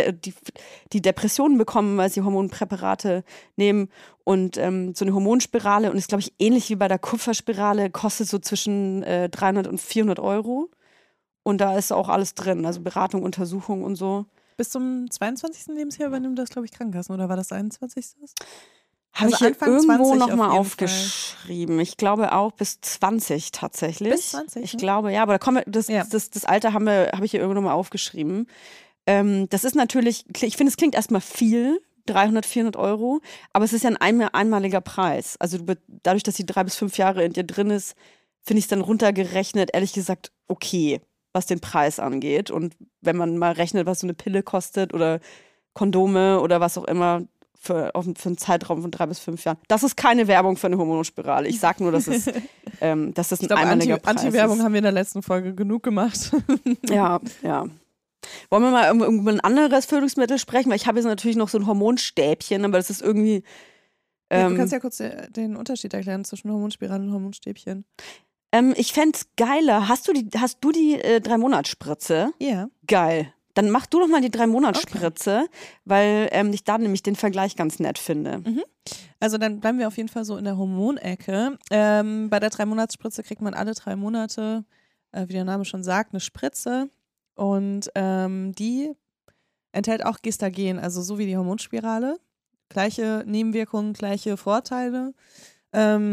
Depressionen bekommen, weil sie Hormonpräparate nehmen. Und so eine Hormonspirale, und ist, glaube ich, ähnlich wie bei der Kupferspirale, kostet so zwischen 300 und 400 Euro. Und da ist auch alles drin, also Beratung, Untersuchung und so. Bis zum 22. Lebensjahr übernimmt das, glaube ich, Krankenkassen, oder war das 21.? Habe ich Also hier Anfang irgendwo 20 nochmal auf jeden aufgeschrieben. Ich glaube auch bis 20 tatsächlich. Bis 20, Ich ne? glaube, ja, aber das Alter habe ich hier irgendwo nochmal aufgeschrieben. Das ist natürlich, ich finde, es klingt erstmal viel, 300, 400 Euro, aber es ist ja ein einmaliger Preis. Also dadurch, dass die 3 bis 5 Jahre in dir drin ist, finde ich es dann runtergerechnet, ehrlich gesagt, okay, was den Preis angeht. Und wenn man mal rechnet, was so eine Pille kostet oder Kondome oder was auch immer, für einen Zeitraum von 3 bis 5 Jahren. Das ist keine Werbung für eine Hormonspirale. Ich sage nur, dass das ein einmaliger Preis ist. Anti-Werbung haben wir in der letzten Folge genug gemacht. Ja. Wollen wir mal über ein anderes Verhütungsmittel sprechen? Weil ich habe jetzt natürlich noch so ein Hormonstäbchen, aber das ist irgendwie... Ja, du kannst ja kurz den Unterschied erklären zwischen Hormonspirale und Hormonstäbchen. Ich fände es geiler. Hast du die 3-Monats-Spritze? Ja. Geil. Dann mach du doch mal die 3-Monats-Spritze, weil ich da nämlich den Vergleich ganz nett finde. Mhm. Also dann bleiben wir auf jeden Fall so in der Hormonecke. Bei der 3-Monats-Spritze kriegt man alle 3 Monate, wie der Name schon sagt, eine Spritze. Und die enthält auch Gestagen, also so wie die Hormonspirale. Gleiche Nebenwirkungen, gleiche Vorteile.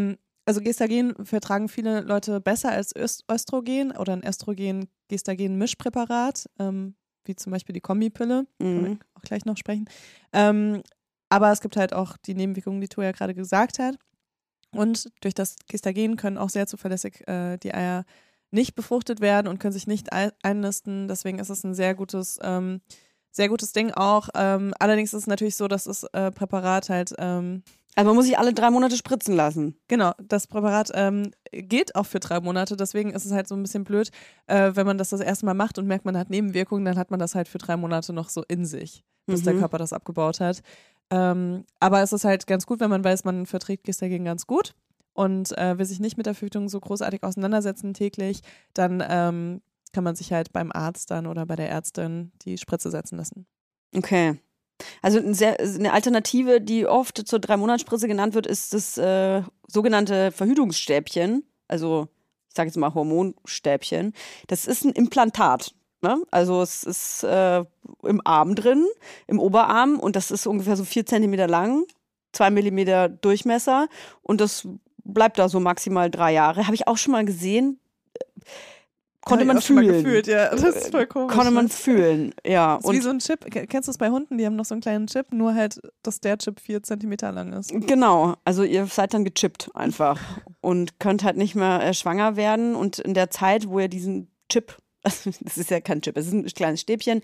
Also Gestagen vertragen viele Leute besser als Östrogen oder ein Östrogen-Gestagen-Mischpräparat, wie zum Beispiel die Kombipille, können wir auch gleich noch sprechen. Aber es gibt halt auch die Nebenwirkungen, die Toja gerade gesagt hat. Und durch das Gestagen können auch sehr zuverlässig die Eier nicht befruchtet werden und können sich nicht einnisten. Deswegen ist es ein sehr gutes Ding auch. Allerdings ist es natürlich so, dass das Präparat halt Also man muss sich alle 3 Monate spritzen lassen. genau, das Präparat geht auch für 3 Monate, deswegen ist es halt so ein bisschen blöd, wenn man das erste Mal macht und merkt, man hat Nebenwirkungen, dann hat man das halt für 3 Monate noch so in sich, bis der Körper das abgebaut hat. Aber es ist halt ganz gut, wenn man weiß, man verträgt Gestagen ganz gut und will sich nicht mit der Verhütung so großartig auseinandersetzen täglich, dann kann man sich halt beim Arzt dann oder bei der Ärztin die Spritze setzen lassen. Okay. Also eine Alternative, die oft zur 3-Monats-Spritze genannt wird, ist das sogenannte Verhütungsstäbchen. Also ich sage jetzt mal Hormonstäbchen. Das ist ein Implantat. Ne? Also es ist im Arm drin, im Oberarm, und das ist ungefähr so 4 Zentimeter lang, 2 Millimeter Durchmesser, und das bleibt da so maximal 3 Jahre. Habe ich auch schon mal gesehen. Konnte man Schon mal fühlen. gefühlt, ja. Das ist voll komisch. Konnte man ne? fühlen, ja. Das ist wie so ein Chip. Kennst du es bei Hunden? Die haben noch so einen kleinen Chip, nur halt, dass der Chip 4 Zentimeter lang ist. Genau, also ihr seid dann gechippt einfach und könnt halt nicht mehr schwanger werden, und in der Zeit, wo ihr diesen Chip, das ist ja kein Chip, es ist ein kleines Stäbchen,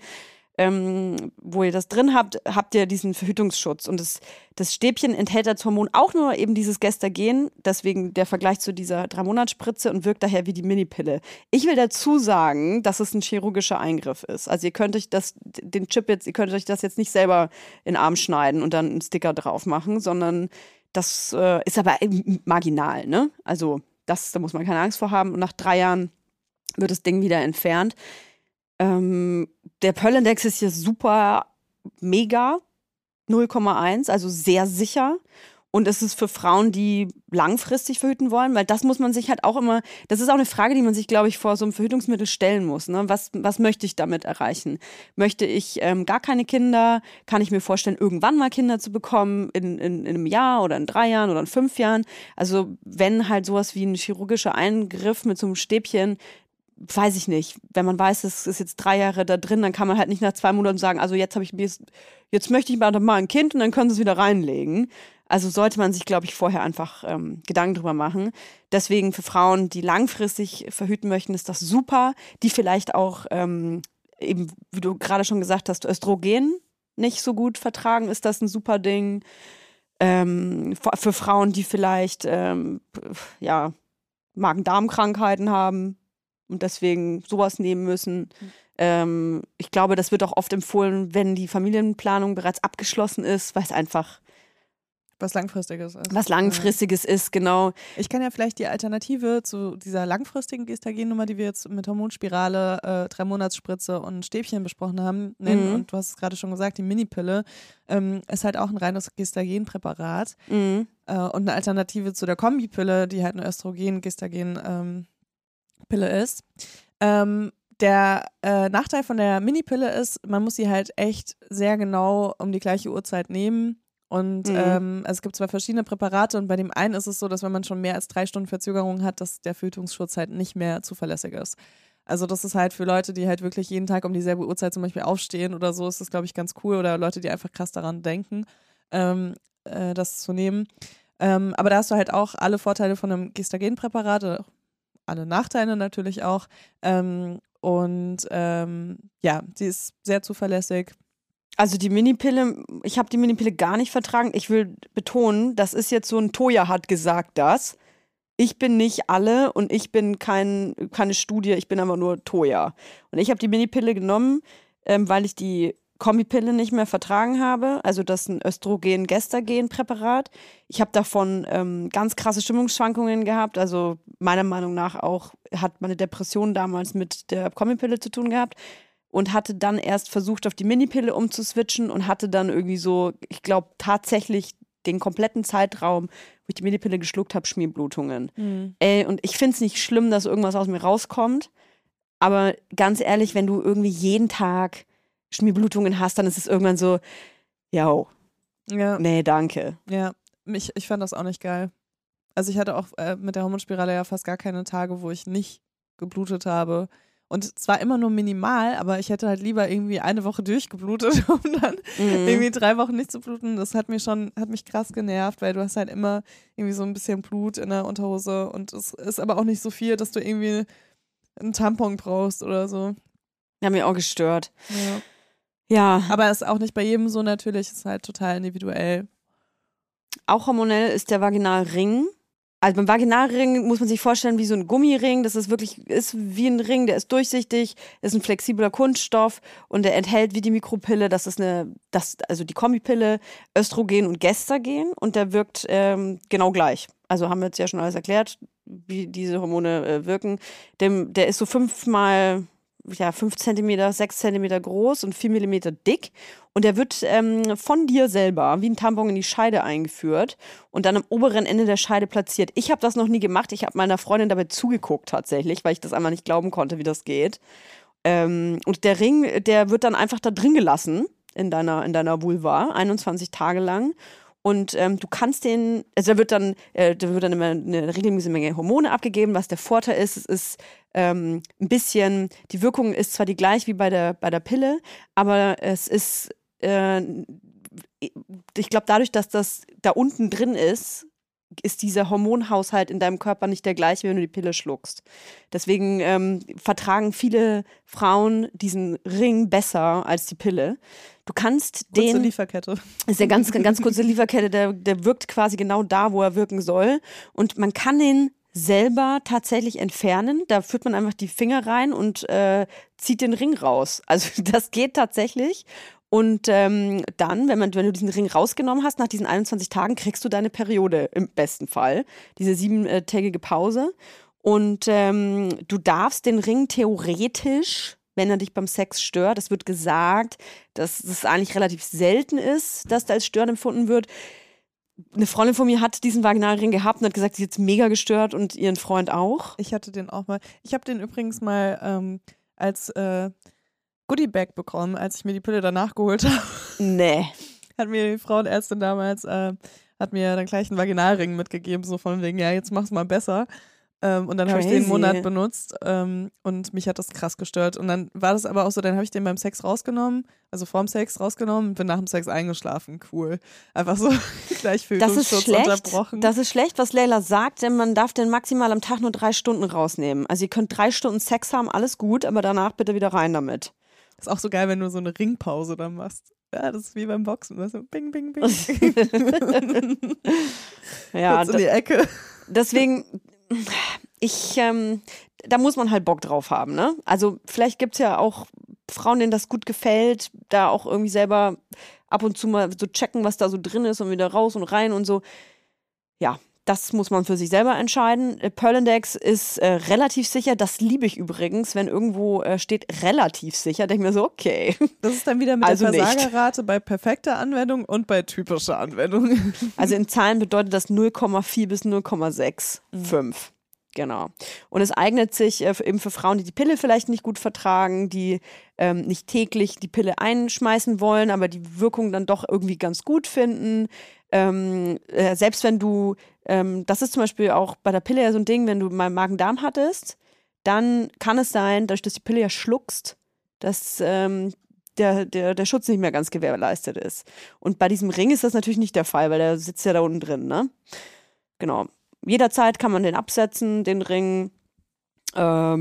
wo ihr das drin habt, habt ihr diesen Verhütungsschutz, und das Stäbchen enthält als Hormon auch nur eben dieses Gestagen, deswegen der Vergleich zu dieser 3-Monats-Spritze, und wirkt daher wie die Minipille. Ich will dazu sagen, dass es ein chirurgischer Eingriff ist. Also ihr könnt euch das jetzt nicht selber in den Arm schneiden und dann einen Sticker drauf machen, sondern das ist aber marginal, ne? Also da muss man keine Angst vor haben, und nach 3 Jahren wird das Ding wieder entfernt. Der Pearl-Index ist hier super mega, 0,1, also sehr sicher. Und es ist für Frauen, die langfristig verhüten wollen, weil das muss man sich halt auch immer, das ist auch eine Frage, die man sich, glaube ich, vor so einem Verhütungsmittel stellen muss. Ne? Was möchte ich damit erreichen? Möchte ich gar keine Kinder? Kann ich mir vorstellen, irgendwann mal Kinder zu bekommen, in einem Jahr oder in 3 Jahren oder in 5 Jahren? Also wenn halt sowas wie ein chirurgischer Eingriff mit so einem Stäbchen, weiß ich nicht, wenn man weiß, es ist jetzt 3 Jahre da drin, dann kann man halt nicht nach 2 Monaten sagen, also jetzt möchte ich mal ein Kind, und dann können sie es wieder reinlegen. Also sollte man sich, glaube ich, vorher einfach Gedanken drüber machen. Deswegen für Frauen, die langfristig verhüten möchten, ist das super. Die vielleicht auch, eben, wie du gerade schon gesagt hast, Östrogen nicht so gut vertragen, ist das ein super Ding. Für Frauen, die vielleicht Magen-Darm-Krankheiten haben und deswegen sowas nehmen müssen. Ich glaube, das wird auch oft empfohlen, wenn die Familienplanung bereits abgeschlossen ist, weil es einfach Was Langfristiges ist. was Langfristiges ist, genau. Ich kann ja vielleicht die Alternative zu dieser langfristigen Gestagen-Nummer, die wir jetzt mit Hormonspirale, 3-Monats-Spritze und Stäbchen besprochen haben, nennen. Und du hast es gerade schon gesagt, die Minipille ist halt auch ein reines Gestagen-Präparat. Und eine Alternative zu der Kombipille, die halt eine Östrogen-Gestagen-Pille ist. Der Nachteil von der Minipille ist, man muss sie halt echt sehr genau um die gleiche Uhrzeit nehmen. Und also es gibt 2 verschiedene Präparate, und bei dem einen ist es so, dass wenn man schon mehr als 3 Stunden Verzögerung hat, dass der Verhütungsschutz halt nicht mehr zuverlässig ist. Also das ist halt für Leute, die halt wirklich jeden Tag um dieselbe Uhrzeit zum Beispiel aufstehen oder so, ist das, glaube ich, ganz cool. Oder Leute, die einfach krass daran denken, das zu nehmen. Aber da hast du halt auch alle Vorteile von einem Gestagen-Präparat, alle Nachteile natürlich auch. Sie ist sehr zuverlässig. Also die Minipille, ich habe die Minipille gar nicht vertragen. Ich will betonen, das ist jetzt so ein Toja hat gesagt das. Ich bin nicht alle, und ich bin keine Studie, ich bin aber nur Toja. Und ich habe die Minipille genommen, weil ich die Kombipille nicht mehr vertragen habe. Also das ist ein Östrogen-Gestagen-Präparat. Ich habe davon ganz krasse Stimmungsschwankungen gehabt. Also meiner Meinung nach auch hat meine Depression damals mit der Kombipille zu tun gehabt. Und hatte dann erst versucht, auf die Minipille umzuswitchen, und hatte dann irgendwie so, ich glaube, tatsächlich den kompletten Zeitraum, wo ich die Minipille geschluckt habe, Schmierblutungen. Und ich finde es nicht schlimm, dass irgendwas aus mir rauskommt, aber ganz ehrlich, wenn du irgendwie jeden Tag Schmierblutungen hast, dann ist es irgendwann so, nee, danke. Ja, ich fand das auch nicht geil. Also ich hatte auch mit der Hormonspirale ja fast gar keine Tage, wo ich nicht geblutet habe. Und zwar immer nur minimal, aber ich hätte halt lieber irgendwie eine Woche durchgeblutet, um dann irgendwie 3 Wochen nicht zu bluten. Das hat mich krass genervt, weil du hast halt immer irgendwie so ein bisschen Blut in der Unterhose und es ist aber auch nicht so viel, dass du irgendwie einen Tampon brauchst oder so. Ja, mich auch gestört. Ja. Ja. Aber ist auch nicht bei jedem so natürlich, ist halt total individuell. Auch hormonell ist der Vaginalring. Also beim Vaginalring muss man sich vorstellen wie so ein Gummiring. Das ist wie ein Ring, der ist durchsichtig, ist ein flexibler Kunststoff und der enthält wie die Mikropille, also die Kombipille, Östrogen und Gestagen und der wirkt genau gleich. Also haben wir jetzt ja schon alles erklärt, wie diese Hormone wirken. Der ist so 5 Zentimeter, 6 Zentimeter groß und 4 Millimeter dick. Und der wird von dir selber wie ein Tampon in die Scheide eingeführt und dann am oberen Ende der Scheide platziert. Ich habe das noch nie gemacht. Ich habe meiner Freundin dabei zugeguckt tatsächlich, weil ich das einmal nicht glauben konnte, wie das geht. Und der Ring, der wird dann einfach da drin gelassen in deiner Vulva, 21 Tage lang. Und du kannst da wird dann immer eine regelmäßige Menge Hormone abgegeben. Was der Vorteil ist, es ist ein bisschen, die Wirkung ist zwar die gleich wie bei der Pille, aber es ist, ich glaube, dadurch, dass das da unten drin ist dieser Hormonhaushalt in deinem Körper nicht der gleiche, wenn du die Pille schluckst. Deswegen vertragen viele Frauen diesen Ring besser als die Pille. Du kannst kurze Lieferkette. Ist ja ganz, ganz kurze Lieferkette, der wirkt quasi genau da, wo er wirken soll. Und man kann den selber tatsächlich entfernen. Da führt man einfach die Finger rein und zieht den Ring raus. Also das geht tatsächlich. Und dann, wenn du diesen Ring rausgenommen hast, nach diesen 21 Tagen kriegst du deine Periode im besten Fall. Diese 7-tägige Pause. Und du darfst den Ring theoretisch, wenn er dich beim Sex stört, es wird gesagt, dass es eigentlich relativ selten ist, dass da als störend empfunden wird. Eine Freundin von mir hat diesen Vaginalring gehabt und hat gesagt, sie ist jetzt mega gestört und ihren Freund auch. Ich hatte den auch mal. Ich habe den übrigens mal als Goodiebag bekommen, als ich mir die Pille danach geholt habe. Nee. Hat mir die Frauenärztin damals, hat mir dann gleich einen Vaginalring mitgegeben, so von wegen, ja, jetzt mach's mal besser. Und dann habe ich den einen Monat benutzt und mich hat das krass gestört. Und dann war das aber auch so, dann habe ich den beim Sex rausgenommen, also vorm Sex rausgenommen und bin nach dem Sex eingeschlafen. Cool. Einfach so gleich Verhütungsschutz unterbrochen. Das ist schlecht, was Leila sagt, denn man darf den maximal am Tag nur 3 Stunden rausnehmen. Also ihr könnt 3 Stunden Sex haben, alles gut, aber danach bitte wieder rein damit. Ist auch so geil, wenn du so eine Ringpause dann machst. Ja, das ist wie beim Boxen. Das so bing, bing, bing. Ja, kurz in die Ecke. Deswegen, da muss man halt Bock drauf haben, ne? Also vielleicht gibt es ja auch Frauen, denen das gut gefällt, da auch irgendwie selber ab und zu mal so checken, was da so drin ist und wieder raus und rein und so. Ja, das muss man für sich selber entscheiden. Pearl-Index ist relativ sicher. Das liebe ich übrigens, wenn irgendwo steht relativ sicher. Denke ich mir so, okay. Das ist dann wieder mit also der Versagerrate bei perfekter Anwendung und bei typischer Anwendung. Also in Zahlen bedeutet das 0,4 bis 0,65. Genau. Und es eignet sich eben für Frauen, die Pille vielleicht nicht gut vertragen, die nicht täglich die Pille einschmeißen wollen, aber die Wirkung dann doch irgendwie ganz gut finden. Selbst wenn du, das ist zum Beispiel auch bei der Pille ja so ein Ding, wenn du mal Magen-Darm hattest, dann kann es sein, dadurch, dass die Pille ja schluckst, dass der Schutz nicht mehr ganz gewährleistet ist. Und bei diesem Ring ist das natürlich nicht der Fall, weil der sitzt ja da unten drin, ne? Genau. Jederzeit kann man den absetzen, den Ring. Ja.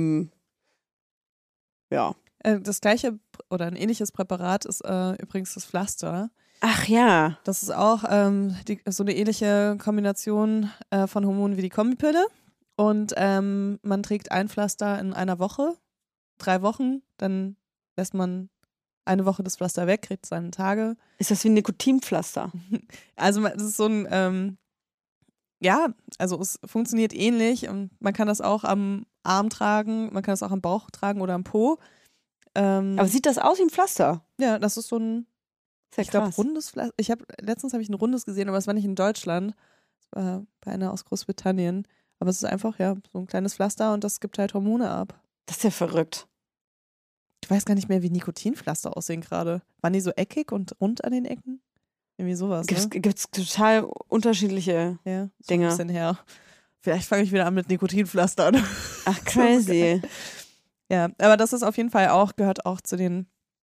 Das gleiche oder ein ähnliches Präparat ist übrigens das Pflaster. Ach ja. Das ist auch so eine ähnliche Kombination von Hormonen wie die Kombipille. Und man trägt ein Pflaster in einer Woche, 3 Wochen, dann lässt man eine Woche das Pflaster weg, kriegt seine Tage. Ist das wie ein Nikotinpflaster? Also das ist so ein ja, also es funktioniert ähnlich und man kann das auch am Arm tragen, man kann das auch am Bauch tragen oder am Po. Aber sieht das aus wie ein Pflaster? Ja, das ist so ein, ja ich glaube, rundes Pflaster. Letztens habe ich ein rundes gesehen, aber es war nicht in Deutschland. Es war bei einer aus Großbritannien. Aber es ist einfach, ja, so ein kleines Pflaster und das gibt halt Hormone ab. Das ist ja verrückt. Ich weiß gar nicht mehr, wie Nikotinpflaster aussehen gerade. Waren die so eckig und rund an den Ecken? Irgendwie sowas, ne? Gibt's total unterschiedliche Ja, so Dinge. ein bisschen her. Vielleicht fange ich wieder an mit Nikotinpflaster an. Ach, crazy. Ja, aber das ist auf jeden Fall auch, gehört auch zu den,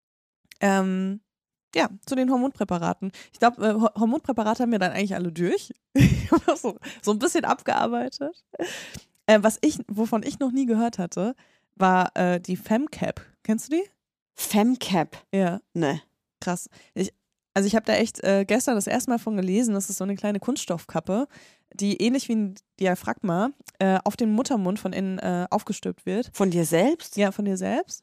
zu den Hormonpräparaten. Ich glaube, Hormonpräparate haben wir dann eigentlich alle durch. Ich habe das so ein bisschen abgearbeitet. Wovon ich noch nie gehört hatte, war die FemCap. Kennst du die? FemCap? Ja. Ne. Krass. Ich habe da echt gestern das erste Mal von gelesen. Das ist so eine kleine Kunststoffkappe, die ähnlich wie ein Diaphragma auf den Muttermund von innen aufgestülpt wird. Von dir selbst? Ja, von dir selbst.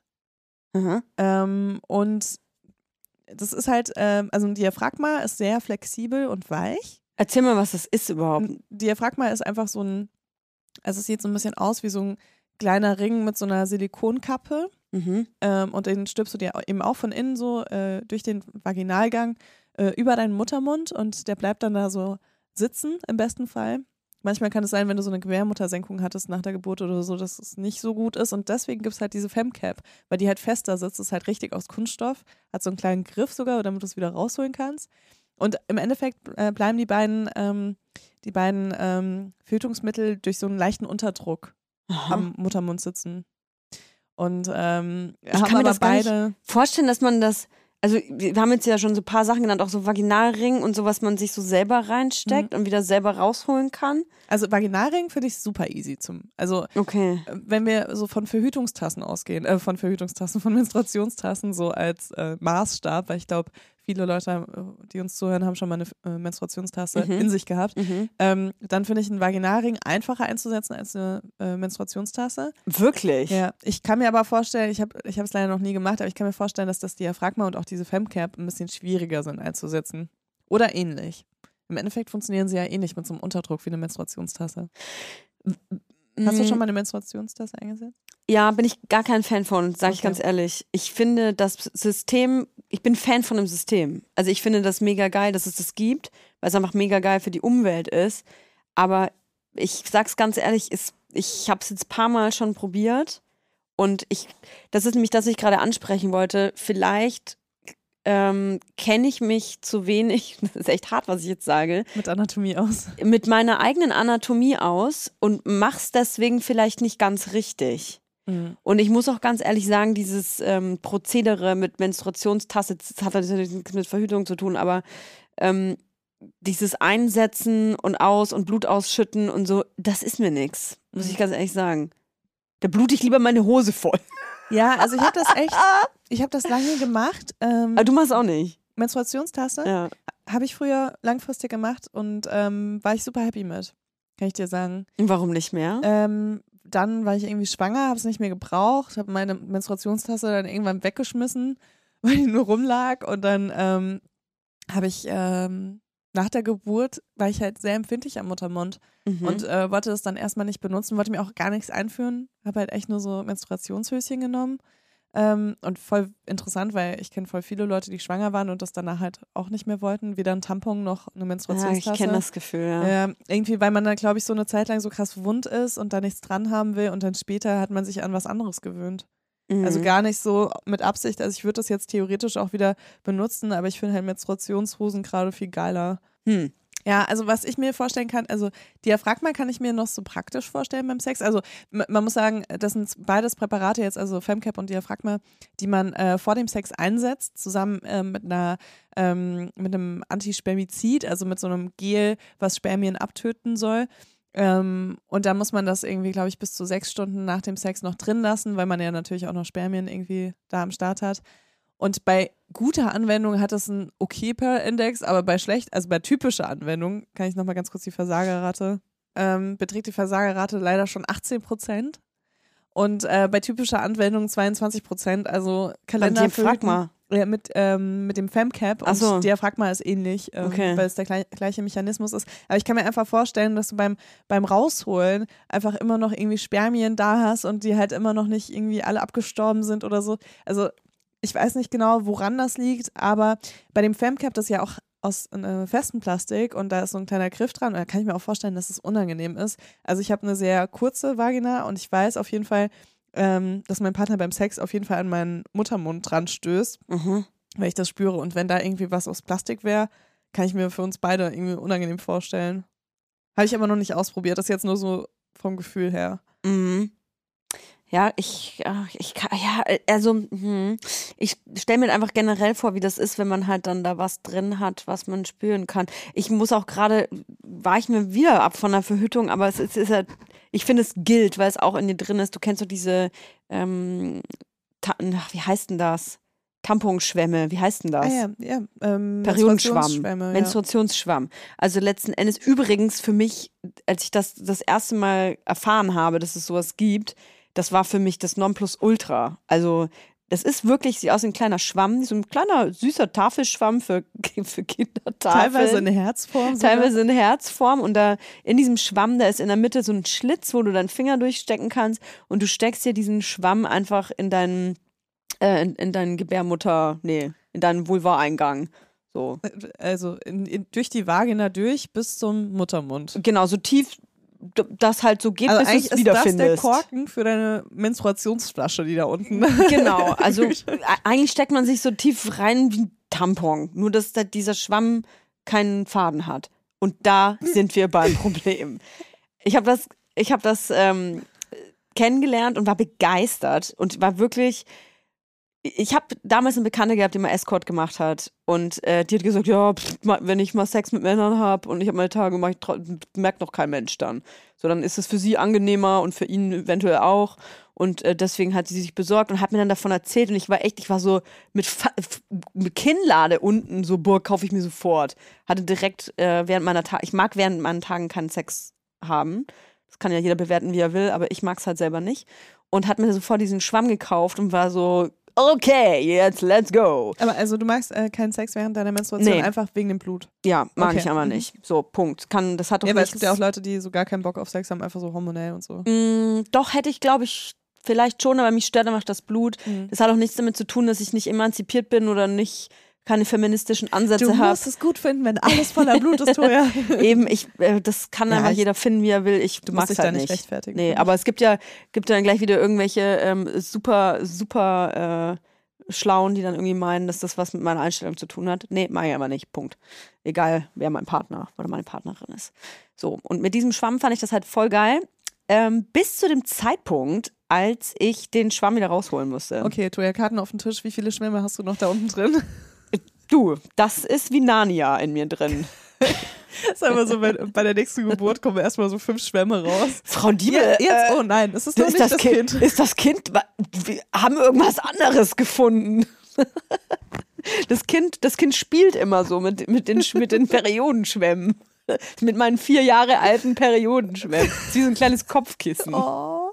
Mhm. Und das ist halt, also ein Diaphragma ist sehr flexibel und weich. Erzähl mal, was das ist überhaupt. Ein Diaphragma ist einfach so ein, also es sieht so ein bisschen aus wie so ein kleiner Ring mit so einer Silikonkappe. Mhm. Und den stülpst du dir eben auch von innen so durch den Vaginalgang über deinen Muttermund und der bleibt dann da so sitzen im besten Fall. Manchmal kann es sein, wenn du so eine Gebärmuttersenkung hattest nach der Geburt oder so, dass es nicht so gut ist und deswegen gibt es halt diese FemCap, weil die halt fester sitzt, ist halt richtig aus Kunststoff, hat so einen kleinen Griff sogar, damit du es wieder rausholen kannst. Und im Endeffekt bleiben die beiden Verhütungsmittel durch so einen leichten Unterdruck am Muttermund sitzen. Und haben aber das gar beide nicht vorstellen, dass man das, also wir haben jetzt ja schon so ein paar Sachen genannt, auch so Vaginalring und so, was man sich so selber reinsteckt und wieder selber rausholen kann. Also Vaginalring finde ich super easy Okay. Wenn wir so von Verhütungstassen ausgehen, von Menstruationstassen so als Maßstab, weil ich glaube, viele Leute, die uns zuhören, haben schon mal eine Menstruationstasse in sich gehabt. Dann finde ich einen Vaginalring einfacher einzusetzen als eine Menstruationstasse. Wirklich? Ja, ich kann mir aber vorstellen, ich habe es leider noch nie gemacht, aber ich kann mir vorstellen, dass das Diaphragma und auch diese FemCap ein bisschen schwieriger sind einzusetzen. Oder ähnlich. Im Endeffekt funktionieren sie ja ähnlich mit so einem Unterdruck wie eine Menstruationstasse. Hast du schon mal eine Menstruationstasse eingesetzt? Ja, bin ich gar kein Fan von, sage ich ganz ehrlich. Ich finde das System, ich bin Fan von dem System. Also ich finde das mega geil, dass es das gibt, weil es einfach mega geil für die Umwelt ist. Aber ich sag's ganz ehrlich, ich habe es jetzt ein paar Mal schon probiert und das ist nämlich das, was ich gerade ansprechen wollte. Vielleicht kenne ich mich zu wenig, das ist echt hart, was ich jetzt sage. Mit Anatomie aus. Mit meiner eigenen Anatomie aus und mach's deswegen vielleicht nicht ganz richtig. Mhm. Und ich muss auch ganz ehrlich sagen, dieses Prozedere mit Menstruationstasse, das hat natürlich nichts mit Verhütung zu tun, aber dieses Einsetzen und aus und Blut ausschütten und so, das ist mir nix, muss ich ganz ehrlich sagen. Da blute ich lieber meine Hose voll. Ja, also ich habe das lange gemacht. Aber du machst auch nicht. Menstruationstasse Ja. habe ich früher langfristig gemacht und war ich super happy mit, kann ich dir sagen. Und warum nicht mehr? Dann war ich irgendwie schwanger, habe es nicht mehr gebraucht, habe meine Menstruationstasse dann irgendwann weggeschmissen, weil die nur rumlag und dann habe ich nach der Geburt, war ich halt sehr empfindlich am Muttermund und wollte das dann erstmal nicht benutzen, wollte mir auch gar nichts einführen, habe halt echt nur so Menstruationshöschen genommen und voll interessant, weil ich kenne voll viele Leute, die schwanger waren und das danach halt auch nicht mehr wollten, weder ein Tampon noch eine Menstruationstasse. Ja, ich kenne das Gefühl, ja. Irgendwie, weil man da, glaube ich, so eine Zeit lang so krass wund ist und da nichts dran haben will und dann später hat man sich an was anderes gewöhnt. Also gar nicht so mit Absicht. Also ich würde das jetzt theoretisch auch wieder benutzen, aber ich finde halt Menstruationshosen gerade viel geiler. Ja, also was ich mir vorstellen kann, also Diaphragma kann ich mir noch so praktisch vorstellen beim Sex. Also man muss sagen, das sind beides Präparate jetzt, also FemCap und Diaphragma, die man vor dem Sex einsetzt, zusammen mit einem Antispermizid, also mit so einem Gel, was Spermien abtöten soll. Und da muss man das irgendwie, glaube ich, bis zu 6 Stunden nach dem Sex noch drin lassen, weil man ja natürlich auch noch Spermien irgendwie da am Start hat. Und bei guter Anwendung hat es einen Okay-Per-Index, aber bei typischer Anwendung, kann ich nochmal ganz kurz die Versagerrate, beträgt die Versagerrate leider schon 18%. Und bei typischer Anwendung 22%, also Kalender Diaphragma. Ja, mit dem FemCap und Diaphragma ist ähnlich, weil es der gleiche Mechanismus ist. Aber ich kann mir einfach vorstellen, dass du beim Rausholen einfach immer noch irgendwie Spermien da hast und die halt immer noch nicht irgendwie alle abgestorben sind oder so. Also ich weiß nicht genau, woran das liegt, aber bei dem FemCap, das ist ja auch aus festem Plastik und da ist so ein kleiner Griff dran und da kann ich mir auch vorstellen, dass es unangenehm ist. Also ich habe eine sehr kurze Vagina und ich weiß auf jeden Fall, dass mein Partner beim Sex auf jeden Fall an meinen Muttermund dran stößt, weil ich das spüre. Und wenn da irgendwie was aus Plastik wäre, kann ich mir für uns beide irgendwie unangenehm vorstellen. Habe ich aber noch nicht ausprobiert. Das ist jetzt nur so vom Gefühl her. Mhm. Ja, ich stelle mir einfach generell vor, wie das ist, wenn man halt dann da was drin hat, was man spüren kann. Ich muss auch gerade, weiche mir wieder ab von der Verhütung, aber es ist ja, ich finde, es gilt, weil es auch in dir drin ist. Du kennst so diese, wie heißt denn das? Tamponschwämme, wie heißt denn das? Periodenschwamm, Menstruationsschwamm. Also letzten Endes übrigens für mich, als ich das erste Mal erfahren habe, dass es sowas gibt, das war für mich das Nonplusultra. Also das ist wirklich, sieht aus wie ein kleiner Schwamm, so ein kleiner süßer Tafelschwamm für Kindertafeln. Teilweise in Herzform. Teilweise in Herzform und da in diesem Schwamm, da ist in der Mitte so ein Schlitz, wo du deinen Finger durchstecken kannst und du steckst dir diesen Schwamm einfach in deinen in deinen Vulva-Eingang. So. Also durch die Vagina durch bis zum Muttermund. Genau, so tief das halt so geht, also bis du es wiederfindest. Ist das der Korken für deine Menstruationsflasche, die da unten. Genau, also eigentlich steckt man sich so tief rein wie ein Tampon, nur dass da dieser Schwamm keinen Faden hat. Und da sind wir beim Problem. Ich habe das kennengelernt und war begeistert und war wirklich. Ich habe damals eine Bekannte gehabt, die mal Escort gemacht hat und die hat gesagt, ja, wenn ich mal Sex mit Männern habe und ich habe meine Tage gemacht, merkt noch kein Mensch dann. So, dann ist es für sie angenehmer und für ihn eventuell auch und deswegen hat sie sich besorgt und hat mir dann davon erzählt und ich war so mit Kinnlade unten, so, boah, kaufe ich mir sofort. Hatte direkt während meiner Tage, ich mag während meinen Tagen keinen Sex haben. Das kann ja jeder bewerten, wie er will, aber ich mag es halt selber nicht. Und hat mir sofort diesen Schwamm gekauft und war so, okay, jetzt let's go. Aber also du magst keinen Sex während deiner Menstruation, einfach wegen dem Blut? Ja, mag ich aber nicht. So, Punkt. Das hat doch weil es gibt ja auch Leute, die so gar keinen Bock auf Sex haben, einfach so hormonell und so. Doch, hätte ich, glaube ich, vielleicht schon, aber mich stört einfach das Blut. Das hat auch nichts damit zu tun, dass ich nicht emanzipiert bin oder nicht keine feministischen Ansätze habe. Du musst es gut finden, wenn alles voller Blut ist, Toja. Eben, das kann einfach jeder finden, wie er will. Du magst dich halt da nicht rechtfertigen. Nee, aber es gibt dann gleich wieder irgendwelche super Schlauen, die dann irgendwie meinen, dass das was mit meiner Einstellung zu tun hat. Nee, mag ich aber nicht. Punkt. Egal, wer mein Partner oder meine Partnerin ist. So, und mit diesem Schwamm fand ich das halt voll geil. Bis zu dem Zeitpunkt, als ich den Schwamm wieder rausholen musste. Okay, Toja, Karten auf den Tisch. Wie viele Schwämme hast du noch da unten drin? Du, das ist wie Narnia in mir drin. Sag mal so, bei der nächsten Geburt kommen erstmal so 5 Schwämme raus. Frau Diebel, jetzt, oh nein, ist doch nicht das Kind. Ist das Kind, wir haben irgendwas anderes gefunden. Das Kind spielt immer so mit den Periodenschwämmen. Mit meinen 4 Jahre alten Periodenschwämmen. Das ist wie so ein kleines Kopfkissen. Oh.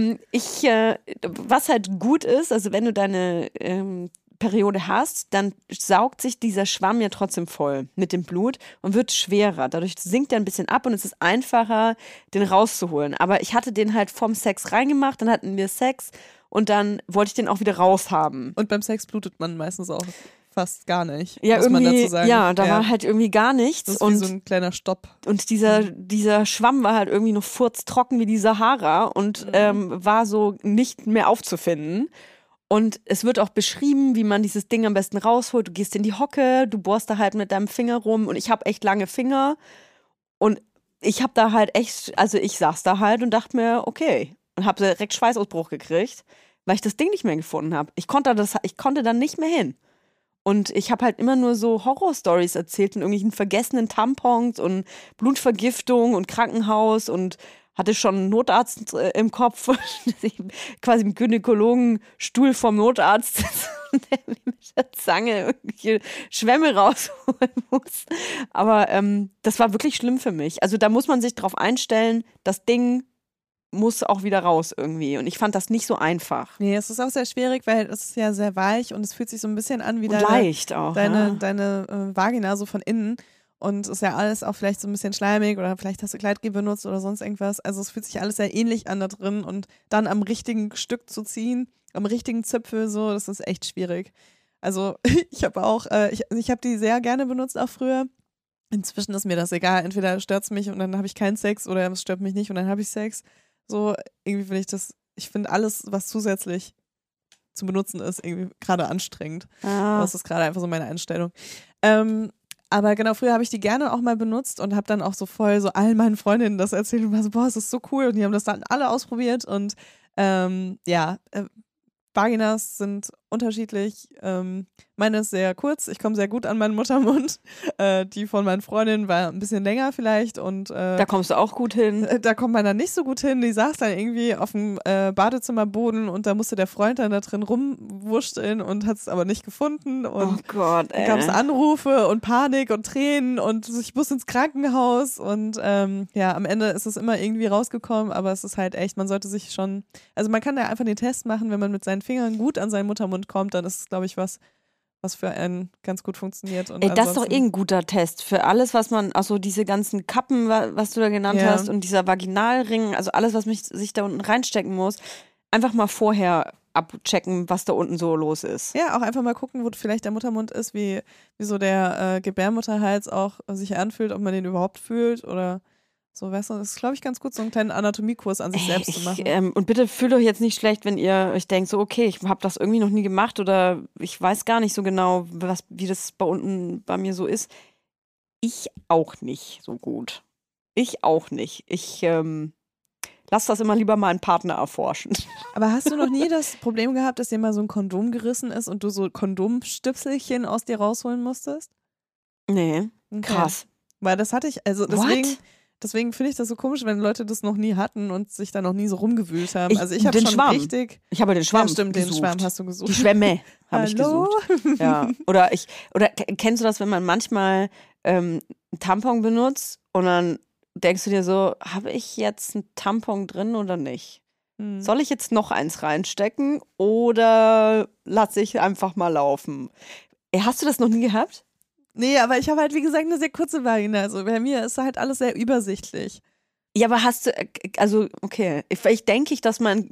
Was halt gut ist, also wenn du deine Periode hast, dann saugt sich dieser Schwamm ja trotzdem voll mit dem Blut und wird schwerer. Dadurch sinkt er ein bisschen ab und es ist einfacher, den rauszuholen. Aber ich hatte den halt vom Sex reingemacht, dann hatten wir Sex und dann wollte ich den auch wieder raushaben. Und beim Sex blutet man meistens auch fast gar nicht, ja, muss man dazu sagen. Ja, da war halt irgendwie gar nichts. Das ist wie so ein kleiner Stopp. Und dieser Schwamm war halt irgendwie noch furztrocken wie die Sahara und war so nicht mehr aufzufinden. Und es wird auch beschrieben, wie man dieses Ding am besten rausholt. Du gehst in die Hocke, du bohrst da halt mit deinem Finger rum und ich habe echt lange Finger und ich habe da halt echt, also ich saß da halt und dachte mir, okay, und habe direkt Schweißausbruch gekriegt, weil ich das Ding nicht mehr gefunden habe. Ich konnte da nicht mehr hin. Und ich habe halt immer nur so Horror-Stories erzählt und irgendwelchen vergessenen Tampons und Blutvergiftung und Krankenhaus und hatte schon einen Notarzt im Kopf, quasi im Gynäkologenstuhl vom Notarzt, der mit der Zange irgendwelche Schwämme rausholen muss. Aber das war wirklich schlimm für mich. Also da muss man sich drauf einstellen, das Ding muss auch wieder raus irgendwie. Und ich fand das nicht so einfach. Nee, es ist auch sehr schwierig, weil es ist ja sehr weich und es fühlt sich so ein bisschen an wie deine Vagina so von innen. Und ist ja alles auch vielleicht so ein bisschen schleimig oder vielleicht hast du Kleidgel benutzt oder sonst irgendwas. Also es fühlt sich alles sehr ähnlich an da drin und dann am richtigen Stück zu ziehen, am richtigen Zipfel so, das ist echt schwierig. Also ich habe auch, ich habe die sehr gerne benutzt auch früher. Inzwischen ist mir das egal. Entweder stört es mich und dann habe ich keinen Sex oder es stört mich nicht und dann habe ich Sex. So, irgendwie ich finde alles, was zusätzlich zu benutzen ist, irgendwie gerade anstrengend. Das ist gerade einfach so meine Einstellung. Aber genau, früher habe ich die gerne auch mal benutzt und habe dann auch so voll so allen meinen Freundinnen das erzählt und war so, boah, es ist so cool. Und die haben das dann alle ausprobiert und Vaginas sind unterschiedlich. Meine ist sehr kurz. Ich komme sehr gut an meinen Muttermund. Die von meinen Freundinnen war ein bisschen länger vielleicht. Und da kommst du auch gut hin. Da kommt man dann nicht so gut hin. Die saß dann irgendwie auf dem Badezimmerboden und da musste der Freund dann da drin rumwurschteln und hat es aber nicht gefunden. Und oh Gott, ey. Dann gab es Anrufe und Panik und Tränen und ich muss ins Krankenhaus. Und am Ende ist es immer irgendwie rausgekommen. Aber es ist halt echt, man sollte sich schon, also man kann da einfach den Test machen, wenn man mit seinen Fingern gut an seinen Muttermund kommt, dann ist es, glaube ich, was für einen ganz gut funktioniert. Und das ist doch ein guter Test für alles, was man, also diese ganzen Kappen, was du da genannt hast und dieser Vaginalring, also alles, was sich da unten reinstecken muss, einfach mal vorher abchecken, was da unten so los ist. Ja, auch einfach mal gucken, wo vielleicht der Muttermund ist, wie so der Gebärmutterhals auch sich anfühlt, ob man den überhaupt fühlt oder so, weißt du, das ist, glaube ich, ganz gut, so einen kleinen Anatomiekurs an sich selbst zu machen. Und bitte fühlt euch jetzt nicht schlecht, wenn ihr euch denkt, so okay, ich habe das irgendwie noch nie gemacht oder ich weiß gar nicht so genau, wie das bei mir so ist. Ich auch nicht so gut. Ich auch nicht. Ich lasse das immer lieber meinen Partner erforschen. Aber hast du noch nie das Problem gehabt, dass dir mal so ein Kondom gerissen ist und du so Kondomstöpselchen aus dir rausholen musstest? Nee, okay. Krass. Weil das hatte ich, also deswegen finde ich das so komisch, wenn Leute das noch nie hatten und sich da noch nie so rumgewühlt haben. Also ich habe schon Schwamm. richtig. Ich habe den Schwamm stimmt, gesucht. den Schwamm hast du gesucht. Die Schwämme habe ich gesucht. Ja. Oder kennst du das, wenn man manchmal einen Tampon benutzt und dann denkst du dir so, habe ich jetzt einen Tampon drin oder nicht? Soll ich jetzt noch eins reinstecken oder lasse ich einfach mal laufen? Hast du das noch nie gehabt? Nee, aber ich habe halt, wie gesagt, eine sehr kurze Vagina. Also bei mir ist halt alles sehr übersichtlich. Ja, aber hast du, also, okay, vielleicht denke ich manchmal,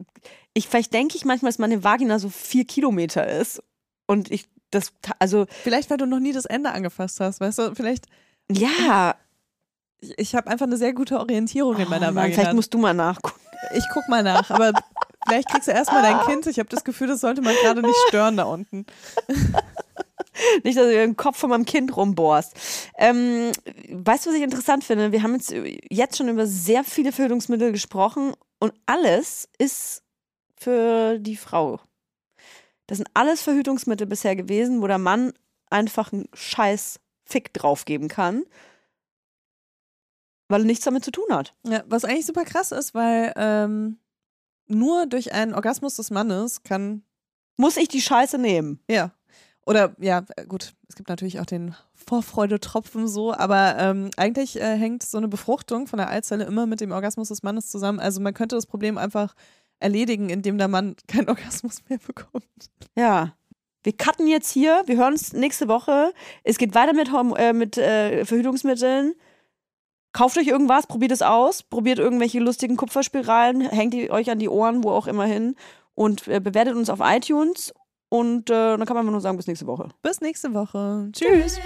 dass meine Vagina so 4 Kilometer ist. Und Vielleicht, weil du noch nie das Ende angefasst hast, weißt du, vielleicht. Ja. Ich habe einfach eine sehr gute Orientierung in meiner Vagina. Vielleicht musst du mal nachgucken. Ich guck mal nach, aber vielleicht kriegst du erstmal dein Kind. Ich habe das Gefühl, das sollte man gerade nicht stören da unten. Nicht, dass du den Kopf von meinem Kind rumbohrst. Weißt du, was ich interessant finde? Wir haben jetzt schon über sehr viele Verhütungsmittel gesprochen und alles ist für die Frau. Das sind alles Verhütungsmittel bisher gewesen, wo der Mann einfach einen scheiß Fick draufgeben kann, weil er nichts damit zu tun hat. Ja, was eigentlich super krass ist, weil nur durch einen Orgasmus des Mannes muss ich die Scheiße nehmen. Ja. Oder, ja, gut, es gibt natürlich auch den Vorfreudetropfen so, aber eigentlich hängt so eine Befruchtung von der Eizelle immer mit dem Orgasmus des Mannes zusammen. Also man könnte das Problem einfach erledigen, indem der Mann keinen Orgasmus mehr bekommt. Ja. Wir cutten jetzt hier, wir hören uns nächste Woche. Es geht weiter mit Verhütungsmitteln. Kauft euch irgendwas, probiert es aus, probiert irgendwelche lustigen Kupferspiralen, hängt die euch an die Ohren, wo auch immer hin und bewertet uns auf iTunes. Und dann kann man nur sagen, bis nächste Woche. Bis nächste Woche. Tschüss.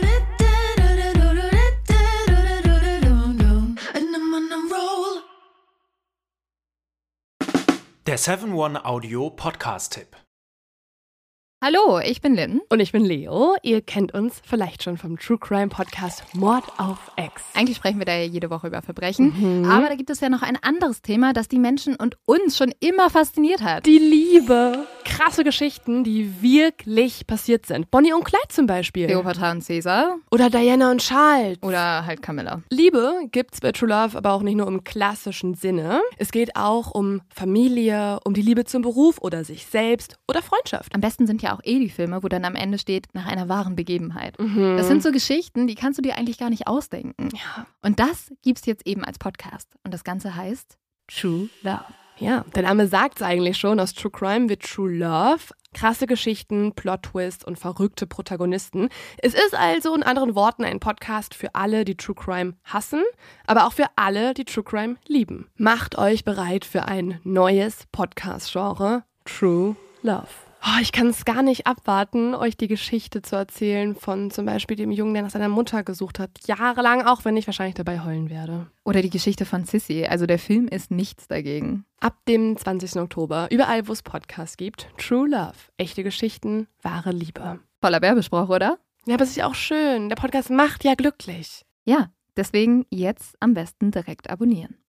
Der 7-One-Audio-Podcast-Tipp. Hallo, ich bin Lynn. Und ich bin Leo. Ihr kennt uns vielleicht schon vom True Crime Podcast Mord auf Ex. Eigentlich sprechen wir da ja jede Woche über Verbrechen. Aber da gibt es ja noch ein anderes Thema, das die Menschen und uns schon immer fasziniert hat. Die Liebe. Krasse Geschichten, die wirklich passiert sind. Bonnie und Clyde zum Beispiel. Cleopatra und Caesar. Oder Diana und Charles. Oder halt Camilla. Liebe gibt's bei True Love aber auch nicht nur im klassischen Sinne. Es geht auch um Familie, um die Liebe zum Beruf oder sich selbst oder Freundschaft. Am besten sind ja auch die Filme, wo dann am Ende steht, nach einer wahren Begebenheit. Das sind so Geschichten, die kannst du dir eigentlich gar nicht ausdenken. Ja. Und das gibt's jetzt eben als Podcast. Und das Ganze heißt True Love. Ja, der Name sagt's eigentlich schon, aus True Crime wird True Love. Krasse Geschichten, Plot-Twist und verrückte Protagonisten. Es ist also in anderen Worten ein Podcast für alle, die True Crime hassen, aber auch für alle, die True Crime lieben. Macht euch bereit für ein neues Podcast-Genre, True Love. Oh, ich kann es gar nicht abwarten, euch die Geschichte zu erzählen von zum Beispiel dem Jungen, der nach seiner Mutter gesucht hat. Jahrelang, auch wenn ich wahrscheinlich dabei heulen werde. Oder die Geschichte von Sissy. Also der Film ist nichts dagegen. Ab dem 20. Oktober, überall wo es Podcasts gibt, True Love. Echte Geschichten, wahre Liebe. Voller Werbespruch, oder? Ja, aber es ist ja auch schön. Der Podcast macht ja glücklich. Ja, deswegen jetzt am besten direkt abonnieren.